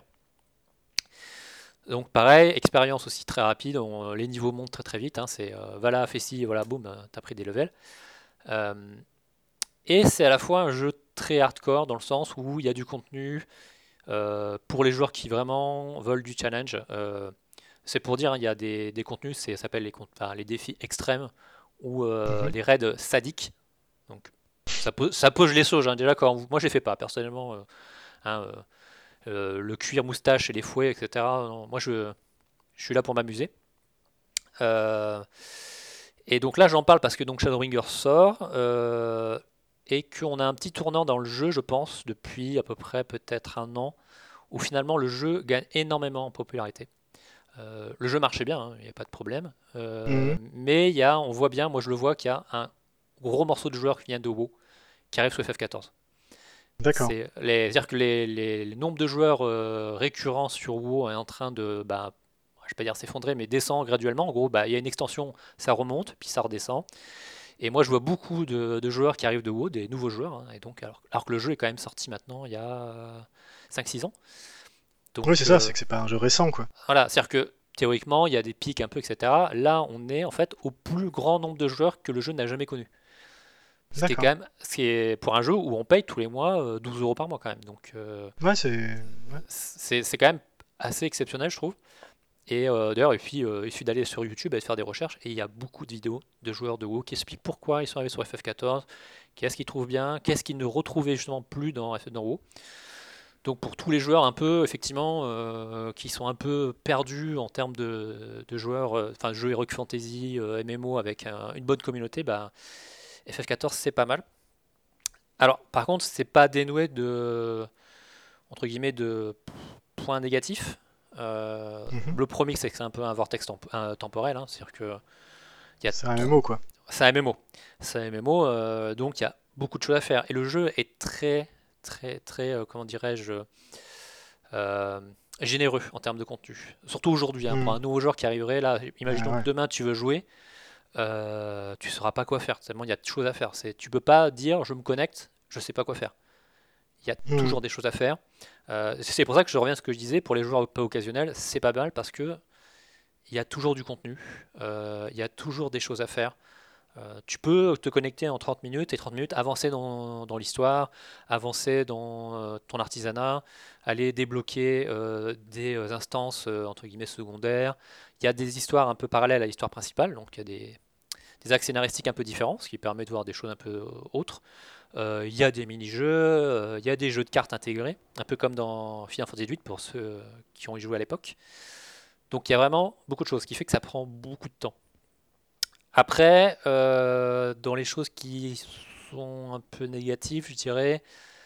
Donc pareil, expérience aussi très rapide, les niveaux montent très très vite. Hein, c'est voilà, fais ci, voilà, boum, t'as pris des levels. Et c'est à la fois un jeu très hardcore dans le sens où il y a du contenu pour les joueurs qui vraiment veulent du challenge. C'est pour dire, il y a des contenus, ça s'appelle les défis extrêmes ou les raids sadiques. Donc ça peut geler sauge. Hein, déjà, moi je les fais pas personnellement. Le cuir moustache et les fouets, etc. Non, moi je suis là pour m'amuser. Et donc là j'en parle parce que donc Shadowbringers sort et qu'on a un petit tournant dans le jeu, je pense, depuis à peu près peut-être un an, où finalement le jeu gagne énormément en popularité. Le jeu marchait bien, il n'y a pas de problème. Mais on voit bien, moi je le vois, qu'il y a un gros morceau de joueurs qui vient de WoW, qui arrive sur FF14. D'accord. C'est-à-dire que les nombres de joueurs récurrents sur WoW est en train de, je vais pas dire s'effondrer, mais descend graduellement. En gros, il y a une extension, ça remonte, puis ça redescend. Et moi, je vois beaucoup de joueurs qui arrivent de WoW, des nouveaux joueurs, hein, et donc, alors que le jeu est quand même sorti maintenant il y a 5-6 ans. Donc, oui, c'est ça, c'est que c'est pas un jeu récent, quoi. Voilà, c'est-à-dire que théoriquement, il y a des pics un peu, etc. Là, on est en fait au plus grand nombre de joueurs que le jeu n'a jamais connu. Ce qui est quand même, pour un jeu où on paye tous les mois 12 € par mois quand même. Donc, ouais, c'est quand même assez exceptionnel, je trouve. Et d'ailleurs, il suffit d'aller sur YouTube et de faire des recherches. Et il y a beaucoup de vidéos de joueurs de WoW qui expliquent pourquoi ils sont arrivés sur FF14, qu'est-ce qu'ils trouvent bien, qu'est-ce qu'ils ne retrouvaient justement plus dans WoW. Donc pour tous les joueurs un peu, effectivement, qui sont un peu perdus en termes de joueurs, jeux Heroic Fantasy, MMO avec une bonne communauté, FF14 c'est pas mal. Alors par contre c'est pas dénoué entre guillemets de points négatifs. Le premier c'est que c'est un peu un vortex temporel, hein, c'est-à-dire que c'est un MMO quoi. C'est un MMO, donc il y a beaucoup de choses à faire et le jeu est très très très comment dirais-je généreux en termes de contenu, surtout aujourd'hui hein, pour un nouveau joueur qui arriverait là, imaginons que demain tu veux jouer. Tu sauras pas quoi faire, tellement il y a de choses à faire. Tu peux pas dire je me connecte, je sais pas quoi faire. Il y a toujours des choses à faire. C'est pour ça que je reviens à ce que je disais, pour les joueurs pas occasionnels, c'est pas mal parce que il y a toujours du contenu, il y a toujours des choses à faire. Tu peux te connecter en 30 minutes et 30 minutes avancer dans l'histoire, avancer dans ton artisanat, aller débloquer des instances entre guillemets secondaires. Il y a des histoires un peu parallèles à l'histoire principale, donc il y a des axes scénaristiques un peu différents, ce qui permet de voir des choses un peu autres. Il y a des mini-jeux, il y a des jeux de cartes intégrés, un peu comme dans Final Fantasy VIII pour ceux qui ont y joué à l'époque. Donc il y a vraiment beaucoup de choses, ce qui fait que ça prend beaucoup de temps. Après, dans les choses qui sont un peu négatives, je dirais,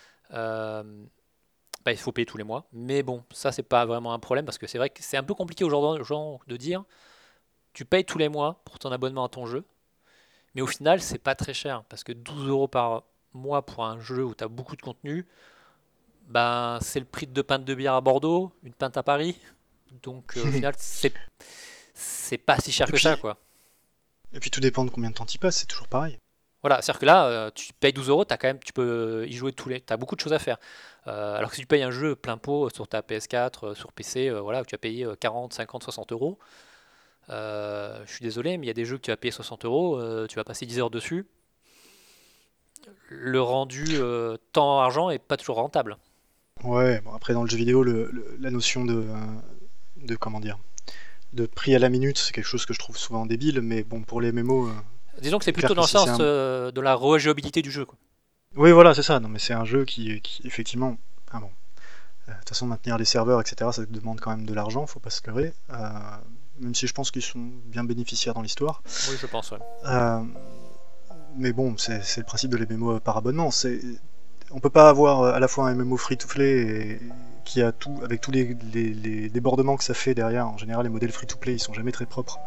il faut payer tous les mois. Mais bon, ça, c'est pas vraiment un problème parce que c'est vrai que c'est un peu compliqué aujourd'hui de dire tu payes tous les mois pour ton abonnement à ton jeu. Mais au final, c'est pas très cher parce que 12 € par mois pour un jeu où tu as beaucoup de contenu, c'est le prix de 2 pintes de bière à Bordeaux, une pinte à Paris. Donc au final, c'est pas si cher que ça, quoi. Et puis tout dépend de combien de temps tu passes, c'est toujours pareil. Voilà, c'est-à-dire que là, tu payes 12 €, tu peux y jouer t'as beaucoup de choses à faire. Alors que si tu payes un jeu plein pot sur ta PS4, sur PC, voilà, tu vas payer 40, 50, 60 €. Je suis désolé, mais il y a des jeux que tu vas payer 60 €, tu vas passer 10 heures dessus. Le rendu temps-argent est pas toujours rentable. Ouais, bon après dans le jeu vidéo, la notion de comment dire, de prix à la minute, c'est quelque chose que je trouve souvent débile, mais bon pour les MMO. Disons que c'est plutôt dans le sens de la rejouabilité du jeu, quoi. Oui, voilà, c'est ça. Non, mais c'est un jeu qui effectivement. Ah bon. De toute façon, maintenir les serveurs, etc., ça demande quand même de l'argent, faut pas se leurrer. Même si je pense qu'ils sont bien bénéficiaires dans l'histoire. Oui, je pense, ouais. mais bon, c'est le principe de l'MMO par abonnement. On peut pas avoir à la fois un MMO free-to-play qui a tout, avec tous les débordements que ça fait derrière. En général, les modèles free-to-play, ils sont jamais très propres.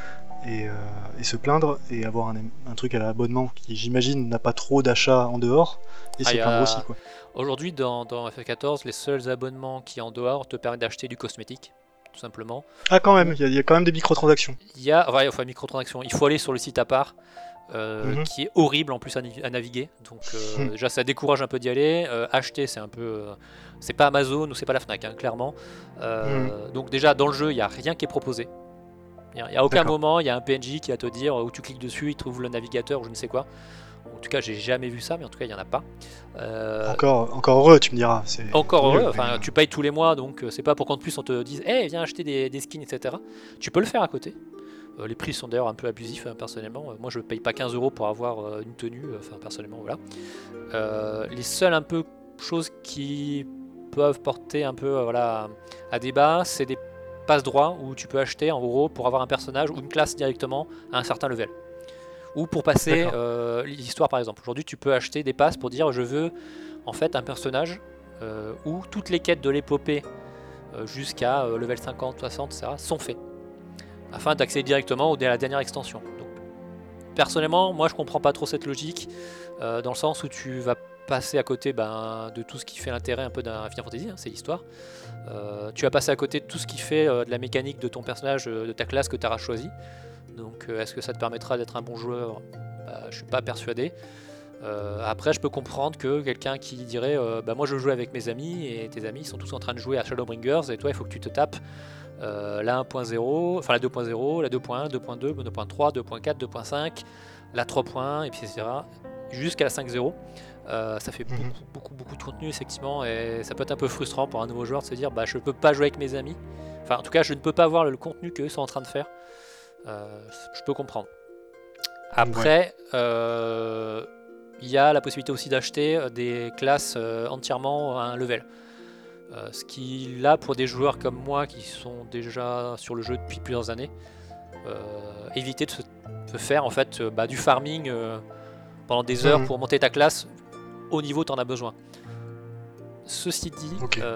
Et se plaindre et avoir un truc à l'abonnement qui, j'imagine, n'a pas trop d'achats en dehors et se plaindre aussi, quoi. Aujourd'hui, dans FF14, les seuls abonnements qui en dehors te permettent d'acheter du cosmétique, tout simplement. Ah, quand même, il y a quand même des microtransactions. Il y a microtransactions. Il faut aller sur le site à part, qui est horrible en plus à naviguer. Donc déjà, ça décourage un peu d'y aller. Acheter, c'est un peu, c'est pas Amazon ou c'est pas la Fnac, hein, clairement. Donc déjà, dans le jeu, il y a rien qui est proposé. Il n'y a aucun moment, il y a un PNJ qui va te dire où tu cliques dessus, il trouve le navigateur ou je ne sais quoi. En tout cas, j'ai jamais vu ça, mais en tout cas, il n'y en a pas. Encore heureux, tu me diras. Encore heureux, enfin, tu payes tous les mois, donc c'est pas pour qu'en plus on te dise hey, viens acheter des skins, etc. Tu peux le faire à côté. Les prix sont d'ailleurs un peu abusifs, hein, personnellement. Moi, je paye pas 15 € pour avoir une tenue, enfin, personnellement, voilà. Les seules un peu choses qui peuvent porter un peu voilà, à débat, c'est des passe droit où tu peux acheter en gros pour avoir un personnage ou une classe directement à un certain level ou pour passer l'histoire par exemple. Aujourd'hui tu peux acheter des passes pour dire je veux en fait un personnage où toutes les quêtes de l'épopée jusqu'à level 50, 60 etc. sont faites afin d'accéder directement à la dernière extension. Donc, personnellement moi je comprends pas trop cette logique dans le sens où tu vas passer à côté de tout ce qui fait l'intérêt un peu d'un Final Fantasy, hein, c'est l'histoire. Tu vas passer à côté de tout ce qui fait de la mécanique de ton personnage, de ta classe que tu auras choisi. Donc est-ce que ça te permettra d'être un bon joueur? Je suis pas persuadé. Après je peux comprendre que quelqu'un qui dirait moi je joue avec mes amis et tes amis sont tous en train de jouer à Shadowbringers et toi il faut que tu te tapes la 1.0, enfin la 2.0, la 2.1, 2.2, 2.3, 2.4, 2.5, la 3.1 et puis etc. jusqu'à la 5.0. Ça fait beaucoup de contenu effectivement et ça peut être un peu frustrant pour un nouveau joueur de se dire je peux pas jouer avec mes amis, enfin en tout cas je ne peux pas voir le contenu qu'eux sont en train de faire. Je peux comprendre. Après il y a la possibilité aussi d'acheter des classes entièrement à un level, ce qui là pour des joueurs comme moi qui sont déjà sur le jeu depuis plusieurs années, éviter de se faire en fait du farming pendant des heures pour monter ta classe au niveau où tu en as besoin. Ceci dit,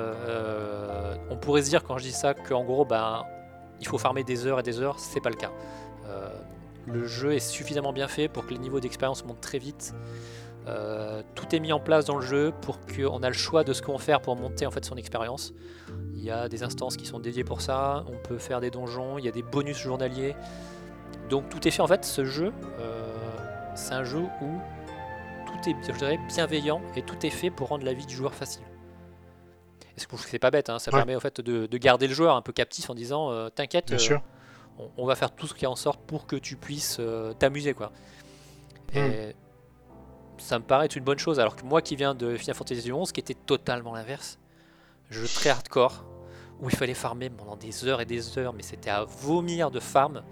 on pourrait se dire quand je dis ça qu'en gros il faut farmer des heures et des heures, c'est pas le cas. Le jeu est suffisamment bien fait pour que les niveaux d'expérience montent très vite. Tout est mis en place dans le jeu pour qu'on a le choix de ce qu'on va faire pour monter en fait son expérience. Il y a des instances qui sont dédiées pour ça, on peut faire des donjons, il y a des bonus journaliers. Donc tout est fait en fait, ce jeu, c'est un jeu où tout est, je dirais, bienveillant et tout est fait pour rendre la vie du joueur facile. Et c'est pas bête, hein, ça permet en fait de garder le joueur un peu captif en disant t'inquiète, on va faire tout ce qui est en sorte pour que tu puisses t'amuser quoi. Et ça me paraît être une bonne chose, alors que moi qui viens de Final Fantasy XI, qui était totalement l'inverse, jeu très hardcore, où il fallait farmer pendant des heures et des heures, mais c'était à vomir de farm,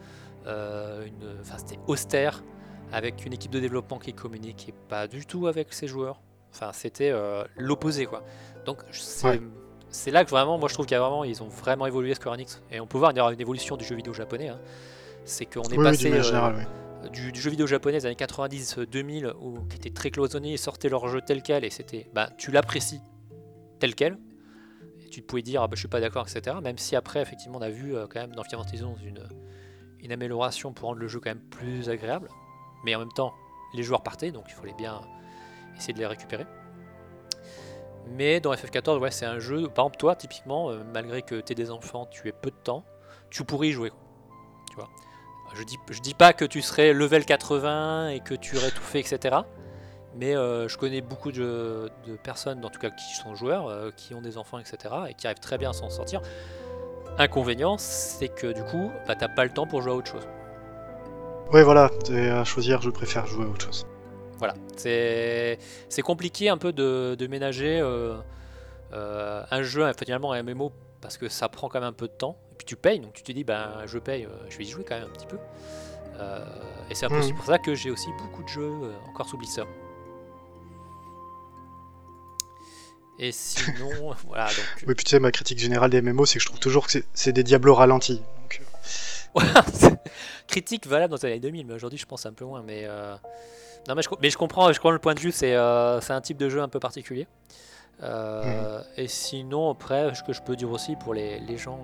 c'était austère, avec une équipe de développement qui communiquait pas du tout avec ses joueurs, enfin c'était l'opposé quoi. Donc c'est là que vraiment, moi je trouve qu'ils ont vraiment évolué Square Enix, et on peut voir une évolution du jeu vidéo japonais, hein. C'est qu'on est passé du jeu vidéo japonais des années 90-2000 qui était très cloisonné, ils sortaient leur jeu tel quel et c'était tu l'apprécies tel quel et tu pouvais dire je suis pas d'accord, etc. Même si après effectivement on a vu quand même dans Final Fantasy XI une amélioration pour rendre le jeu quand même plus agréable, mais en même temps les joueurs partaient donc il fallait bien essayer de les récupérer. Mais dans FF14 c'est un jeu, par exemple toi typiquement malgré que tu aies des enfants, tu aies peu de temps, tu pourrais y jouer quoi. Tu vois, je dis pas que tu serais level 80 et que tu aurais tout fait, etc. Mais je connais beaucoup de personnes, en tout cas qui sont joueurs, qui ont des enfants, etc. et qui arrivent très bien à s'en sortir. Inconvénient, c'est que du coup, t'as pas le temps pour jouer à autre chose. Ouais, voilà, à choisir, je préfère jouer à autre chose. Voilà, c'est compliqué un peu de ménager un jeu, finalement un MMO, parce que ça prend quand même un peu de temps. Puis tu payes, donc tu te dis je paye, je vais y jouer quand même un petit peu. Et c'est un peu pour ça que j'ai aussi beaucoup de jeux encore sous blister. Et sinon, voilà donc. Oui, puis tu sais, ma critique générale des MMO, c'est que je trouve toujours que c'est des Diablo ralentis. Donc... Critique valable dans les années 2000, mais aujourd'hui je pense un peu moins. Mais Non, mais je comprends le point de vue, c'est un type de jeu un peu particulier. Et sinon, après, ce que je peux dire aussi pour les gens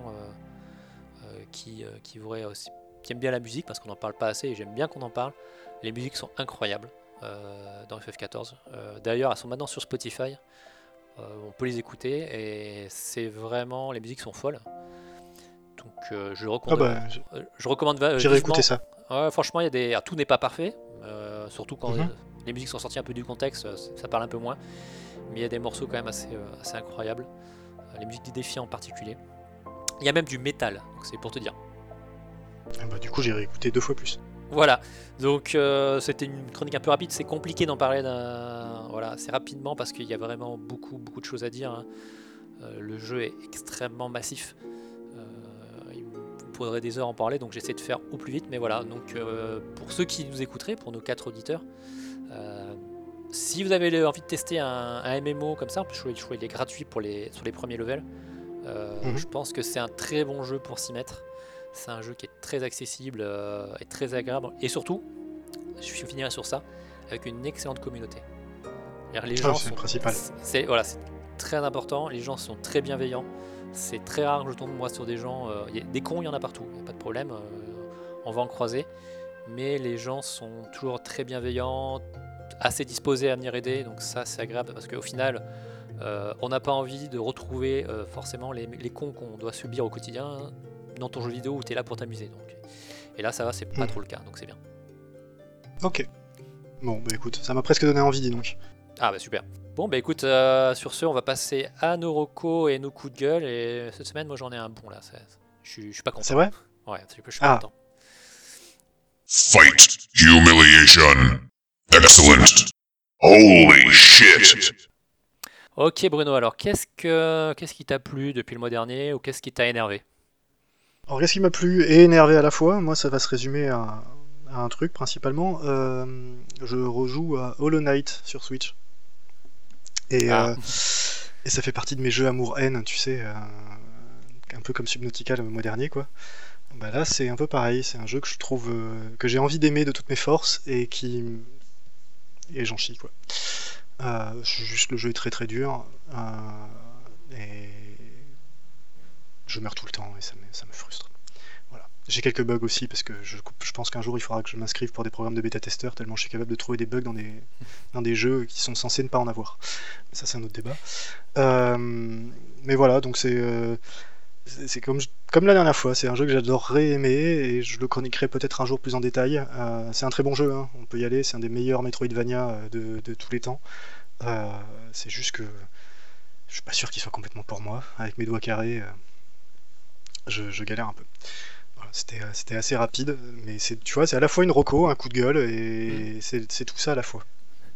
qui qui aiment bien la musique, parce qu'on n'en parle pas assez et j'aime bien qu'on en parle, les musiques sont incroyables dans FF14. D'ailleurs, elles sont maintenant sur Spotify. On peut les écouter et c'est vraiment, les musiques sont folles. Donc je recommande, je recommande j'irai vivement. écouter ça. Ouais, franchement, tout n'est pas parfait, surtout quand les musiques sont sorties un peu du contexte, ça parle un peu moins. Mais il y a des morceaux quand même assez incroyables. Les musiques des défis en particulier. Il y a même du métal, donc c'est pour te dire. Du coup, j'irai écouter 2 fois plus. Voilà, donc c'était une chronique un peu rapide, c'est compliqué d'en parler assez rapidement parce qu'il y a vraiment beaucoup de choses à dire. Hein. Le jeu est extrêmement massif. Il me faudrait des heures à en parler, donc j'essaie de faire au plus vite. Mais voilà, donc pour ceux qui nous écouteraient, pour nos 4 auditeurs, si vous avez envie de tester un MMO comme ça, je crois qu'il est gratuit sur les premiers levels. Je pense que c'est un très bon jeu pour s'y mettre. C'est un jeu qui est très accessible et très agréable. Et surtout, je finirai sur ça, avec une excellente communauté. Les gens c'est le principal. C'est très important. Les gens sont très bienveillants. C'est très rare que je tombe moi sur des gens. Des cons, il y en a partout. Il n'y a pas de problème. On va en croiser. Mais les gens sont toujours très bienveillants, assez disposés à venir aider. Donc ça, c'est agréable parce qu'au final, on n'a pas envie de retrouver forcément les cons qu'on doit subir au quotidien dans ton jeu vidéo où tu es là pour t'amuser. Donc. Et là, ça va, c'est pas trop le cas, donc c'est bien. Ok. Bon, écoute, ça m'a presque donné envie, dis donc. Ah bah super. Bon, écoute, sur ce, on va passer à nos recos et nos coups de gueule. Et cette semaine, moi, j'en ai un bon, là. Je suis pas content. C'est vrai ? Ouais, je suis pas content. Fight. Humiliation. Excellent. Holy shit. Ok, Bruno, alors, qu'est-ce qui t'a plu depuis le mois dernier ou qu'est-ce qui t'a énervé ? Alors, qu'est-ce qui m'a plu et énervé à la fois ? Moi, ça va se résumer à un truc principalement. Je rejoue à Hollow Knight sur Switch. Et ça fait partie de mes jeux amour-haine, tu sais, un peu comme Subnautica le mois dernier, quoi. Là, c'est un peu pareil. C'est un jeu que je trouve que j'ai envie d'aimer de toutes mes forces et j'en chie, quoi. Juste, le jeu est très très dur et je meurs tout le temps et ça me frustre. Voilà. J'ai quelques bugs aussi parce que je pense qu'un jour il faudra que je m'inscrive pour des programmes de bêta-testeurs tellement je suis capable de trouver des bugs dans des jeux qui sont censés ne pas en avoir. Mais ça, c'est un autre débat. Mais voilà, donc c'est comme la dernière fois, c'est un jeu que j'adorerais aimer et je le chroniquerai peut-être un jour plus en détail. C'est un très bon jeu, hein. On peut y aller, c'est un des meilleurs Metroidvania de tous les temps. C'est juste que je suis pas sûr qu'il soit complètement pour moi. Avec mes doigts carrés, je galère un peu. Voilà, c'était assez rapide, mais tu vois, c'est à la fois une reco, un coup de gueule, et c'est tout ça à la fois.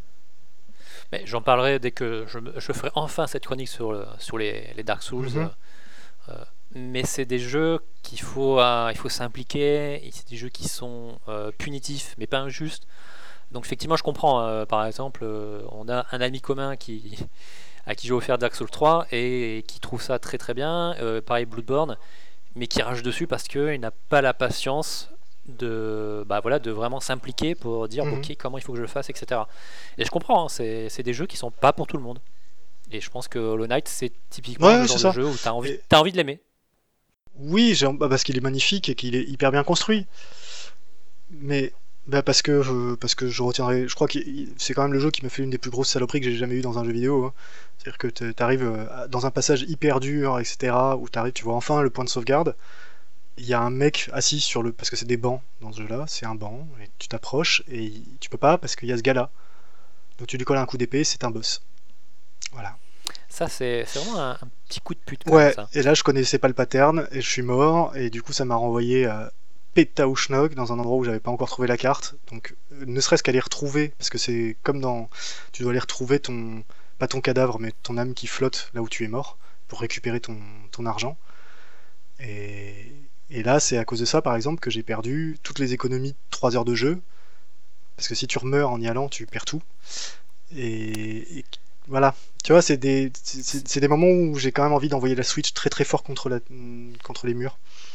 Mais j'en parlerai dès que je ferai enfin cette chronique sur les Dark Souls. Mais c'est des jeux il faut s'impliquer, et c'est des jeux qui sont punitifs, mais pas injustes. Donc effectivement, je comprends. Par exemple, on a un ami commun à qui j'ai offert Dark Souls 3 et qui trouve ça très très bien. Pareil Bloodborne, mais qui rage dessus parce qu'il n'a pas la patience de vraiment s'impliquer pour dire ok, comment il faut que je le fasse, etc. Et je comprends, hein, c'est des jeux qui sont pas pour tout le monde. Et je pense que Hollow Knight, c'est typiquement le genre de jeu où t'as envie de l'aimer. Oui, parce qu'il est magnifique et qu'il est hyper bien construit. Mais parce que je retiendrai. Je crois que c'est quand même le jeu qui m'a fait l'une des plus grosses saloperies que j'ai jamais eu dans un jeu vidéo. Hein. C'est-à-dire que t'arrives dans un passage hyper dur, etc. Où tu vois enfin le point de sauvegarde. Il y a un mec assis sur parce que c'est des bancs dans ce jeu-là, c'est un banc, et tu t'approches et tu peux pas parce qu'il y a ce gars-là. Donc tu lui colles un coup d'épée, c'est un boss. Voilà. Ça, c'est vraiment un petit coup de pute. Ouais, ça. Et là je connaissais pas le pattern et je suis mort, et du coup ça m'a renvoyé à Pétaouchnok, dans un endroit où j'avais pas encore trouvé la carte. Donc ne serait-ce qu'à les retrouver, parce que c'est comme dans. Tu dois aller retrouver pas ton cadavre, mais ton âme qui flotte là où tu es mort, pour récupérer ton argent. Et là, c'est à cause de ça, par exemple, que j'ai perdu toutes les économies de 3 heures de jeu. Parce que si tu remeurs en y allant, tu perds tout. Et voilà. Tu vois, c'est des moments où j'ai quand même envie d'envoyer la Switch très très fort contre les murs.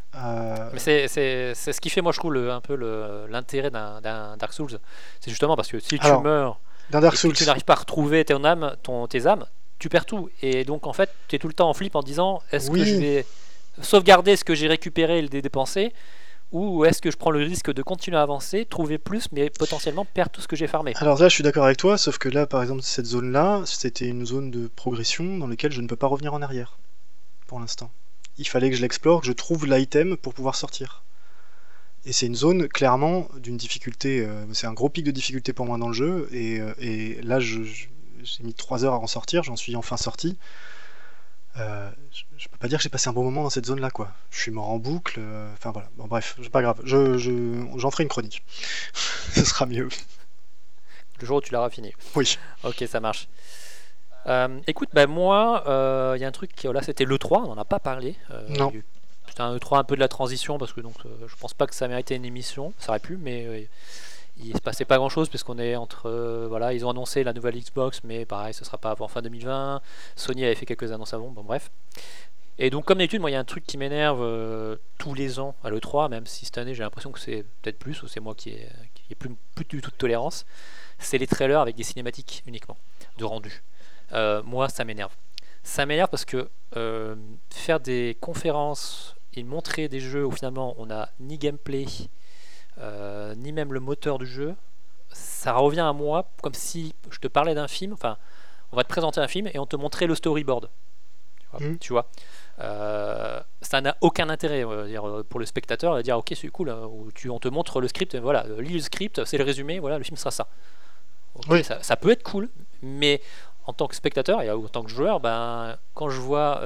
Euh, Mais c'est ce qui fait, moi, je trouve, un peu l'intérêt d'un Dark Souls. C'est justement parce que si tu alors, meurs d'un Dark et Souls, puis tu n'arrives pas à retrouver tes âmes, tu perds tout. Et donc, en fait, tu es tout le temps en flip en disant est-ce que je oui. vais sauvegarder ce que j'ai récupéré et le dépenser, ou est-ce que je prends le risque de continuer à avancer, trouver plus, mais potentiellement perdre tout ce que j'ai farmé. Alors là, je suis d'accord avec toi, sauf que là, par exemple, cette zone-là, c'était une zone de progression dans laquelle je ne peux pas revenir en arrière, pour l'instant. Il fallait que je l'explore, que je trouve l'item pour pouvoir sortir. Et c'est une zone clairement d'une difficulté, c'est un gros pic de difficulté pour moi dans le jeu, et là j'ai mis 3 heures à en sortir, j'en suis enfin sorti. Je peux pas dire que j'ai passé un bon moment dans cette zone là quoi. Je suis mort en boucle, enfin voilà, bon bref, c'est pas grave, j'en ferai une chronique. Ce sera mieux. Le jour où tu l'auras fini. Oui. Ok, ça marche. Écoute, bah, moi, il y a un truc, là c'était l'E3, on n'en a pas parlé. Non. C'était un E3 un peu de la transition, parce que donc, je pense pas que ça méritait une émission, ça aurait pu, mais il se passait pas grand chose, puisqu'on est entre. Voilà, ils ont annoncé la nouvelle Xbox, mais pareil, ce sera pas avant fin 2020. Sony avait fait quelques annonces avant, bon bref. Et donc, comme d'habitude, moi, il y a un truc qui m'énerve tous les ans à l'E3, même si cette année j'ai l'impression que c'est peut-être plus, ou c'est moi qui ai plus du tout de tolérance, c'est les trailers avec des cinématiques uniquement, de rendu. Moi, ça m'énerve. Ça m'énerve parce que faire des conférences et montrer des jeux où finalement on n'a ni gameplay, ni même le moteur du jeu, ça revient à moi comme si je te parlais d'un film, enfin, on va te présenter un film et on te montrait le storyboard. Tu vois. Ça n'a aucun intérêt pour le spectateur de dire ok c'est cool, hein, on te montre le script, voilà, lis le script, c'est le résumé, voilà, le film sera ça. Okay, Oui. ça peut être cool, mais en tant que spectateur et en tant que joueur, ben, quand je vois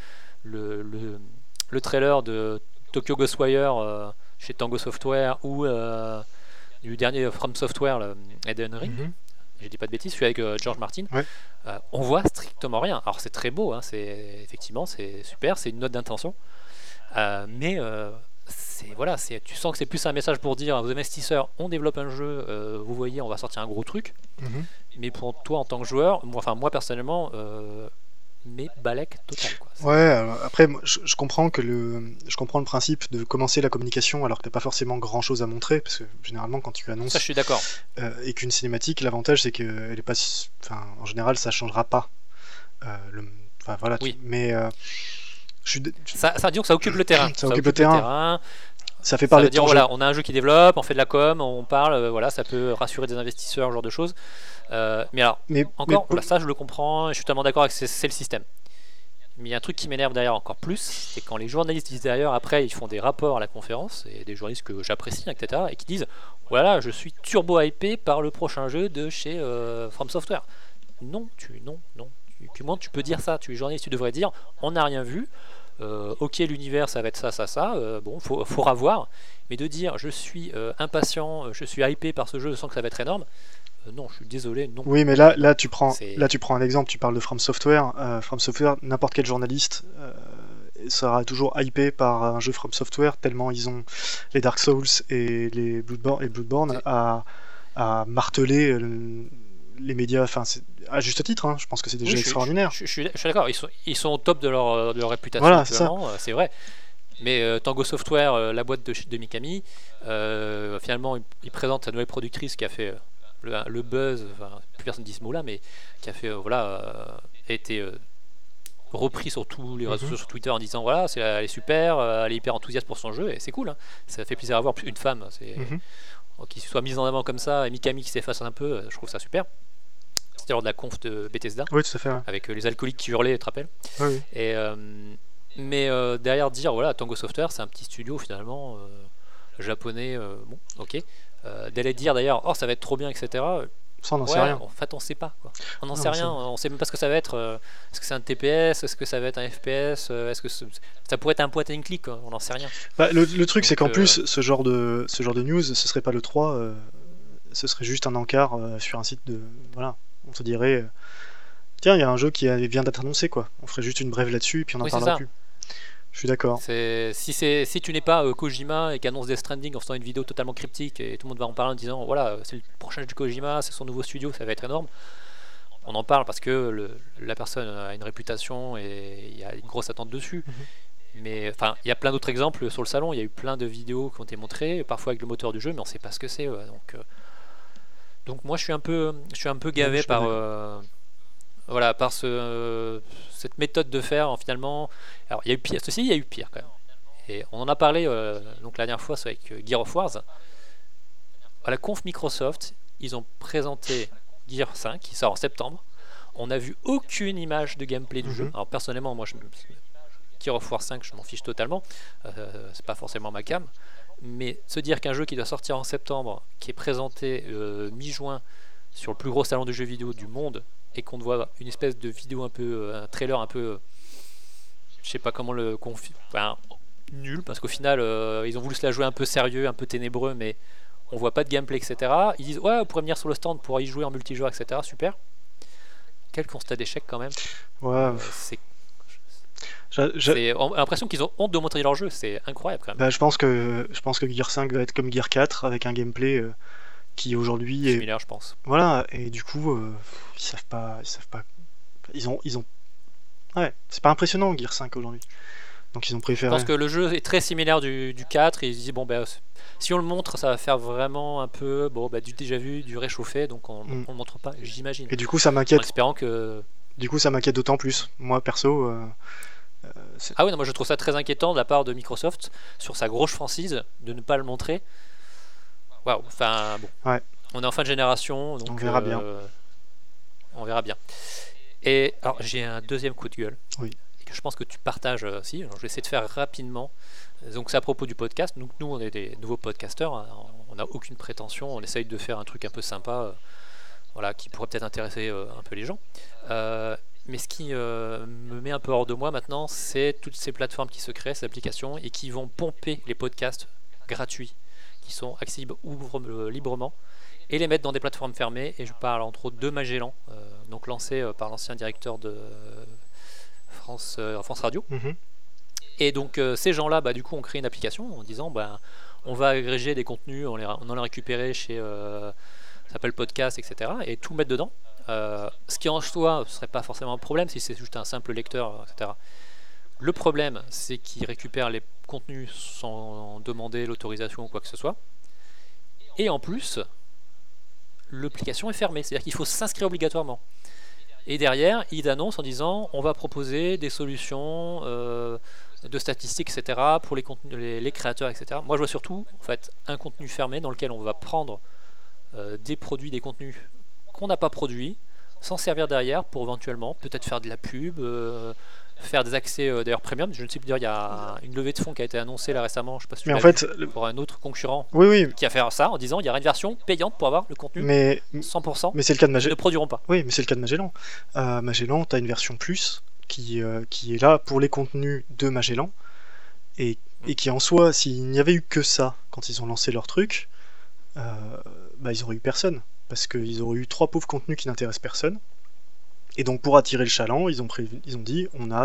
le trailer de Tokyo Ghostwire chez Tango Software ou du dernier From Software, Elden Ring, je dis pas de bêtises, celui avec George Martin, Ouais. on voit strictement rien. Alors c'est très beau, hein, effectivement c'est super, c'est une note d'intention, mais voilà, tu sens que c'est plus un message pour dire aux investisseurs on développe un jeu, vous voyez on va sortir un gros truc, mais pour toi en tant que joueur, moi personnellement, mais balèque total quoi. Ouais, alors, après, moi, je comprends je comprends le principe de commencer la communication alors que t'as pas forcément grand chose à montrer, parce que généralement quand tu annonces Ça je suis d'accord. et qu'une cinématique, l'avantage c'est que elle est pas, enfin, en général ça changera pas. Enfin voilà, Oui. mais je suis, Disons que ça occupe le terrain. Ça occupe le terrain. Ça fait Ça parler veut de dire ton voilà, jeu. on a un jeu qui développe, on fait de la com, on parle, voilà, ça peut rassurer des investisseurs, ce genre de choses. Mais alors, Mais encore, voilà, ça je le comprends, je suis totalement d'accord avec c'est le système. Mais il y a un truc qui m'énerve derrière encore plus, c'est quand les journalistes disent derrière, après ils font des rapports à la conférence, et des journalistes que j'apprécie, etc., et qui disent voilà, je suis turbo hypé par le prochain jeu de chez From Software. Non, tu peux dire ça, tu es journaliste, tu devrais dire on n'a rien vu, ok l'univers ça va être ça, bon, faudra voir, mais de dire je suis impatient, je suis hypé par ce jeu, je sens que ça va être énorme, non, je suis désolé, non. oui, mais là tu prends C'est- un exemple. Tu parles de From Software. From Software, n'importe quel journaliste sera toujours hypé par un jeu From Software tellement ils ont les Dark Souls et les Bloodborne à marteler les médias. Enfin, à juste titre. Hein, je pense que c'est des Oui, jeux extraordinaires. je suis d'accord, ils sont au top de leur réputation Voilà, c'est ça. actuellement, c'est vrai. Mais Tango Software, la boîte de Mikami, finalement, il présente sa nouvelle productrice qui a fait le buzz, enfin, plus personne dit ce mot-là, mais qui a fait, a été repris sur tous les réseaux sociaux, sur Twitter en disant voilà, elle est super, elle est hyper enthousiaste pour son jeu, et c'est cool, hein. Ça fait plaisir à voir une femme, qui soit mise en avant comme ça, et Mikami qui s'efface un peu, je trouve ça super. C'était lors de la conf de Bethesda, Oui, tout à fait. Ouais. avec les alcooliques qui hurlaient, tu te rappelles? Oui. Et, mais derrière dire voilà, Tango Software c'est un petit studio finalement japonais, bon ok, d'aller dire d'ailleurs oh ça va être trop bien etc. Ça, on n'en Ouais, sait rien. en fait on sait pas quoi. On n'en Non, sait on rien, on sait même pas ce que ça va être. Est-ce que c'est un TPS, est-ce que ça va être un FPS, est-ce que ça pourrait être un point and click quoi. On n'en sait rien. Bah, le truc, c'est Donc, qu'en plus, ce genre de news, ce serait pas le 3, ce serait juste un encart sur un site de. Voilà. On te dirait. Tiens, il y a un jeu qui vient d'être annoncé, quoi. On ferait juste une brève là-dessus et puis on n'en oui c'est parlera ça. plus. Je suis d'accord. Si tu n'es pas Kojima et qu'annonce Death Stranding en faisant une vidéo totalement cryptique et tout le monde va en parler en disant voilà c'est le prochain jeu de Kojima, c'est son nouveau studio, ça va être énorme. On en parle parce que la personne a une réputation et il y a une grosse attente dessus. Mais enfin, il y a plein d'autres exemples sur le salon. Il y a eu plein de vidéos qui ont été montrées, parfois avec le moteur du jeu, mais on sait pas ce que c'est. Donc moi, je suis un peu gavé je suis pas par d'accord. voilà, par cette méthode de faire. Finalement, alors il y a eu pire. Ceci, il y a eu pire quand même. Et on en a parlé donc la dernière fois, c'est avec Gear of Wars. À la conf Microsoft, ils ont présenté Gear 5 qui sort en septembre. On n'a vu aucune image de gameplay du jeu. Alors personnellement, moi, Gear of War 5, je m'en fiche totalement. C'est pas forcément ma cam. Mais se dire qu'un jeu qui doit sortir en septembre, qui est présenté mi-juin sur le plus gros salon de jeux vidéo du monde, et qu'on voit une espèce de vidéo un peu, un trailer un peu, je sais pas comment le enfin, nul, parce qu'au final, ils ont voulu se la jouer un peu sérieux, un peu ténébreux, mais on voit pas de gameplay, etc. Ils disent ouais, vous pourrez venir sur le stand pour y jouer en multijoueur, etc. Super. Quel constat d'échec quand même. Ouais, C'est je- l'impression qu'ils ont honte de montrer leur jeu, c'est incroyable quand même. bah, je pense que Gear 5 va être comme Gear 4 avec un gameplay qui aujourd'hui est Similaire, je pense. voilà, et du coup ils savent pas ils ont ouais, c'est pas impressionnant Gear 5 aujourd'hui. Donc ils ont Je préféré. pense que le jeu est très similaire du 4 et ils se disent bon ben si on le montre ça va faire vraiment un peu du déjà vu, du réchauffé, donc on le montre pas, j'imagine. Et du coup ça En m'inquiète. espérant que Du coup ça m'inquiète d'autant plus. Moi perso ah oui, non, moi je trouve ça très inquiétant de la part de Microsoft sur sa grosse franchise de ne pas le montrer. Waouh, enfin bon. ouais, On est en fin de génération, donc on verra bien. on verra bien. Et alors j'ai un deuxième coup de gueule. Oui. Et que je pense que tu partages aussi. Alors, je vais essayer de faire rapidement. Donc c'est à propos du podcast. Donc nous on est des nouveaux podcasteurs. Hein. On n'a aucune prétention. On essaye de faire un truc un peu sympa, voilà, qui pourrait peut-être intéresser un peu les gens. Mais ce qui me met un peu hors de moi maintenant, c'est toutes ces plateformes qui se créent, ces applications, et qui vont pomper les podcasts gratuits, qui sont accessibles librement, et les mettre dans des plateformes fermées. Et je parle entre autres de Magellan, donc lancé par l'ancien directeur de France Radio. Mhm. Et donc ces gens-là, du coup, ont créé une application en disant, on va agréger des contenus, on en a récupéré chez ça s'appelle podcast, etc. Et tout mettre dedans. Ce qui en soi ne serait pas forcément un problème si c'est juste un simple lecteur, etc. Le problème, c'est qu'ils récupèrent les contenus sans demander l'autorisation ou quoi que ce soit. Et en plus, l'application est fermée, c'est-à-dire qu'il faut s'inscrire obligatoirement. Et derrière, ils annoncent en disant on va proposer des solutions de statistiques, etc. pour les créateurs, etc. Moi, je vois surtout en fait, un contenu fermé dans lequel on va prendre des produits, des contenus qu'on n'a pas produits, s'en servir derrière pour éventuellement peut-être faire de la pub, faire des accès d'ailleurs premium. Je ne sais plus dire, il y a une levée de fonds qui a été annoncée là récemment, je ne sais pas si tu Mais en l'as fait, vu, pour un autre concurrent oui, oui, qui a fait ça en disant il y aura une version payante pour avoir le contenu mais 100%, c'est le cas de ils ne Magellan. produiront pas. Oui, mais c'est le cas de Magellan. Magellan, tu as une version plus qui est là pour les contenus de Magellan et qui en soi, s'il n'y avait eu que ça quand ils ont lancé leur truc, ils auraient eu personne parce qu'ils auraient eu 3 pauvres contenus qui n'intéressent personne. Et donc pour attirer le chaland, ils ont dit on a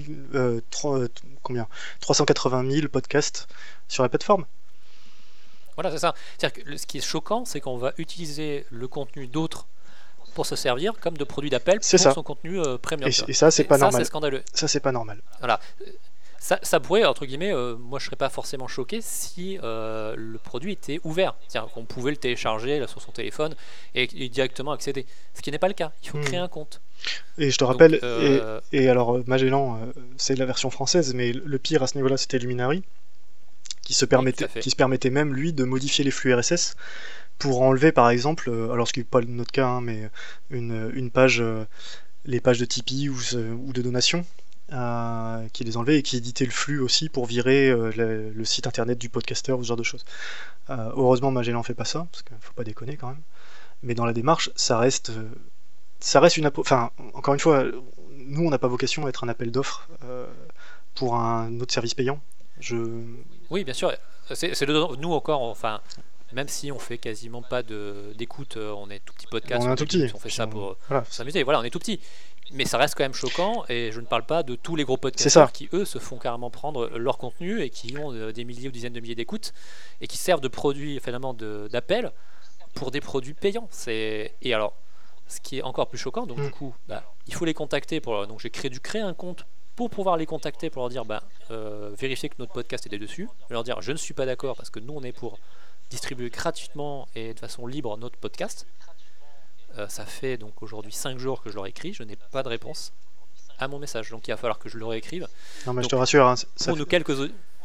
380 000 podcasts sur la plateforme. Voilà, c'est ça. C'est-à-dire que ce qui est choquant, c'est qu'on va utiliser le contenu d'autres pour se servir comme de produits d'appel pour son contenu premium. Et ça, c'est pas normal. C'est scandaleux. Ça, c'est pas normal. Voilà. Ça pourrait, entre guillemets, moi je serais pas forcément choqué si le produit était ouvert. C'est-à-dire qu'on pouvait le télécharger là, sur son téléphone et directement accéder. Ce qui n'est pas le cas. Il faut créer un compte. Et je te rappelle, et alors Magellan, c'est la version française, mais le pire à ce niveau-là, c'était Luminary, qui se permettait même, lui, de modifier les flux RSS pour enlever, par exemple, alors ce qui n'est pas notre cas, hein, mais une page, les pages de Tipeee ou de donation, qui les enlevait et qui éditait le flux aussi pour virer le site internet du podcasteur ou ce genre de choses. Heureusement, Magellan fait pas ça, parce qu'il faut pas déconner quand même. Mais dans la démarche, ça reste une enfin, encore une fois, nous on n'a pas vocation à être un appel d'offres pour un autre service payant. Oui, bien sûr. Nous encore, enfin, même si on fait quasiment pas d'écoute, on est tout petit podcast, on fait ça pour s'amuser. Voilà, on est tout petit. Mais ça reste quand même choquant, et je ne parle pas de tous les gros podcasteurs qui, eux, se font carrément prendre leur contenu et qui ont des milliers ou dizaines de milliers d'écoutes et qui servent de produits, finalement, d'appel pour des produits payants. Et alors, ce qui est encore plus choquant, donc du coup, il faut les contacter. Donc j'ai dû créer un compte pour pouvoir les contacter, pour leur dire vérifier que notre podcast est dessus, leur dire je ne suis pas d'accord parce que nous on est pour distribuer gratuitement et de façon libre notre podcast. Ça fait donc aujourd'hui 5 jours que je leur écris, je n'ai pas de réponse à mon message, donc il va falloir que je le réécrive. Non mais donc, je te rassure, hein, pour nous quelques...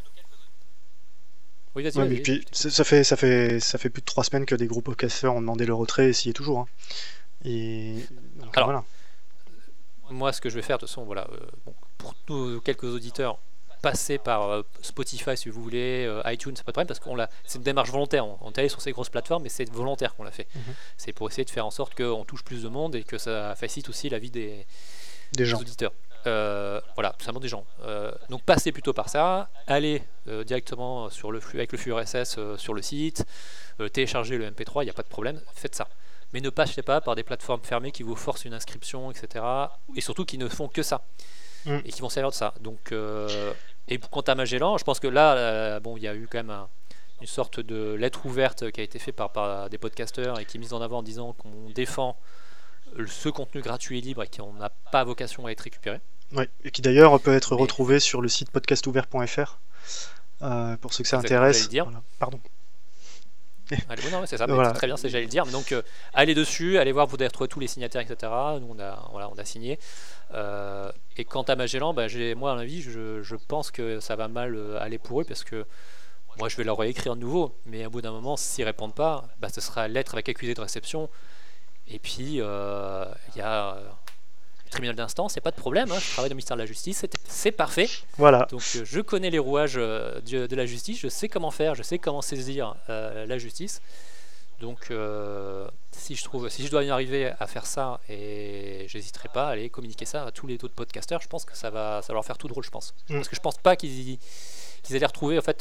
Oui, vas-y, ouais, mais puis, ça fait plus de 3 semaines que des groupes podcasteurs ont demandé le retrait et s'y est toujours. Hein. Et donc, alors, voilà. Moi ce que je vais faire de toute façon, voilà, pour nous quelques auditeurs, passer par Spotify si vous voulez, iTunes, c'est pas de problème parce que c'est une démarche volontaire. On est allé sur ces grosses plateformes, mais c'est volontaire qu'on l'a fait. C'est pour essayer de faire en sorte qu'on touche plus de monde et que ça facilite aussi la vie des gens. Auditeurs. Voilà, tout simplement des gens. Donc passez plutôt par ça, allez directement sur le flux avec le flux RSS sur le site, téléchargez le MP3, il n'y a pas de problème, faites ça. Mais ne passez pas par des plateformes fermées qui vous forcent une inscription, etc. Et surtout qui ne font que ça. Et qui vont servir de ça. Donc, et quant à Magellan, je pense que là, il y a eu quand même une sorte de lettre ouverte qui a été faite par des podcasteurs et qui est mise en avant en disant qu'on défend ce contenu gratuit et libre et qu'on n'a pas vocation à être récupéré. Oui, et qui d'ailleurs peut être retrouvé sur le site podcastouvert.fr pour ceux que ça intéresse. Voilà. Pardon. Allez, non, c'est ça, voilà. Très bien, c'est j'allais le dire. Donc allez dessus, allez voir, vous allez retrouver tous les signataires, etc. Nous on a signé. Et quant à Magellan, moi à l'avis, je pense que ça va mal aller pour eux parce que moi je vais leur réécrire de nouveau, mais au bout d'un moment, s'ils répondent pas, ce sera lettre avec accusé de réception. Et puis il y a le tribunal d'instance, c'est pas de problème. Je travaille dans le ministère de la Justice, c'est parfait. Voilà. Donc je connais les rouages de la justice, je sais comment faire, je sais comment saisir la justice. Donc si je dois y arriver à faire ça, et j'hésiterai pas à aller communiquer ça à tous les autres podcasteurs, je pense que ça va leur faire tout drôle, je pense. Parce que je pense pas qu'ils allaient retrouver en fait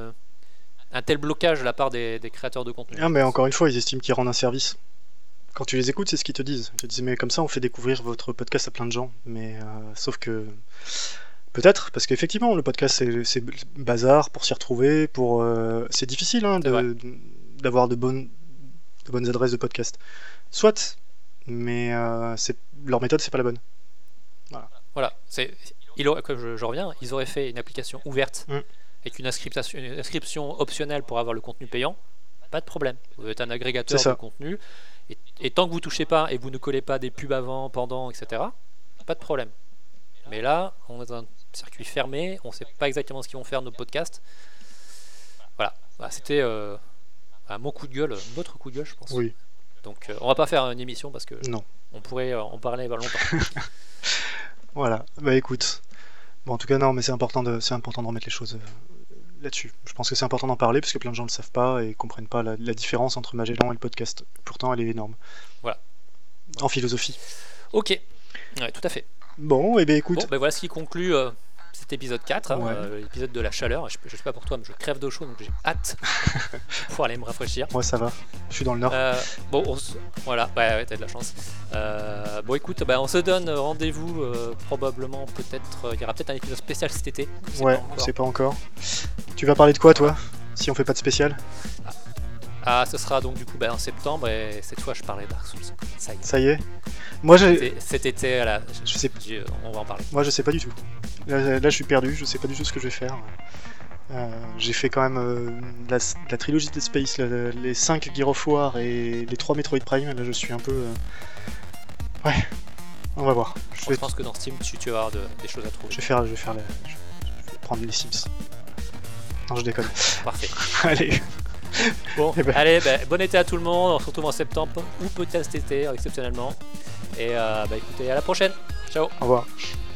un tel blocage de la part des créateurs de contenu. Ah, mais encore une fois, ils estiment qu'ils rendent un service. Quand tu les écoutes, c'est ce qu'ils te disent. Ils te disent, mais comme ça, on fait découvrir votre podcast à plein de gens. Mais sauf que peut-être, parce qu'effectivement, le podcast, c'est bazar pour s'y retrouver. C'est difficile d'avoir de bonnes adresses de podcast. Soit, mais leur méthode, c'est pas la bonne. Voilà. Je reviens, ils auraient fait une application ouverte avec une inscription optionnelle pour avoir le contenu payant. Pas de problème. Vous êtes un agrégateur de contenu. Et tant que vous touchez pas et vous ne collez pas des pubs avant, pendant, etc., pas de problème. Mais là, on est dans un circuit fermé, on ne sait pas exactement ce qu'ils vont faire nos podcasts. Voilà, c'était mon coup de gueule, notre coup de gueule, je pense. Oui. Donc, on va pas faire une émission parce que non. On pourrait en parler longtemps. Voilà, écoute. Bon, en tout cas, non, mais c'est important de remettre les choses là-dessus. Je pense que c'est important d'en parler parce que plein de gens ne le savent pas et comprennent pas la différence entre Magellan et le podcast. Pourtant, elle est énorme. Voilà. En philosophie. Ok, ouais, tout à fait. Bon, et bien écoute. Bon, voilà ce qui conclut cet épisode 4, l'épisode de la chaleur. Je sais pas pour toi, mais je crève de chaud, donc j'ai hâte pour aller me rafraîchir. Moi, ça va. Je suis dans le nord. Voilà, t'as de la chance. Bon, écoute, on se donne rendez-vous probablement, peut-être, il y aura peut-être un épisode spécial cet été. On sait pas encore. Tu vas parler de quoi, toi, si on fait pas de spécial? Ce sera donc du coup en septembre, et cette fois je parlais Dark Souls. Ça y est. Moi, cet été, je sais. On va en parler. Moi, je sais pas du tout. Là, je suis perdu. Je sais pas du tout ce que je vais faire. J'ai fait quand même la trilogie de Space, les 5 Gears of War et les 3 Metroid Prime. Là, je suis un peu. Ouais. On va voir. Je pense que dans Steam, tu vas avoir des choses à trouver. Je vais prendre les Sims. Non, je déconne. Parfait. Allez. Bon, allez, bon été à tout le monde, on se retrouve en septembre ou peut-être cet été exceptionnellement. Et écoutez, à la prochaine. Ciao. Au revoir.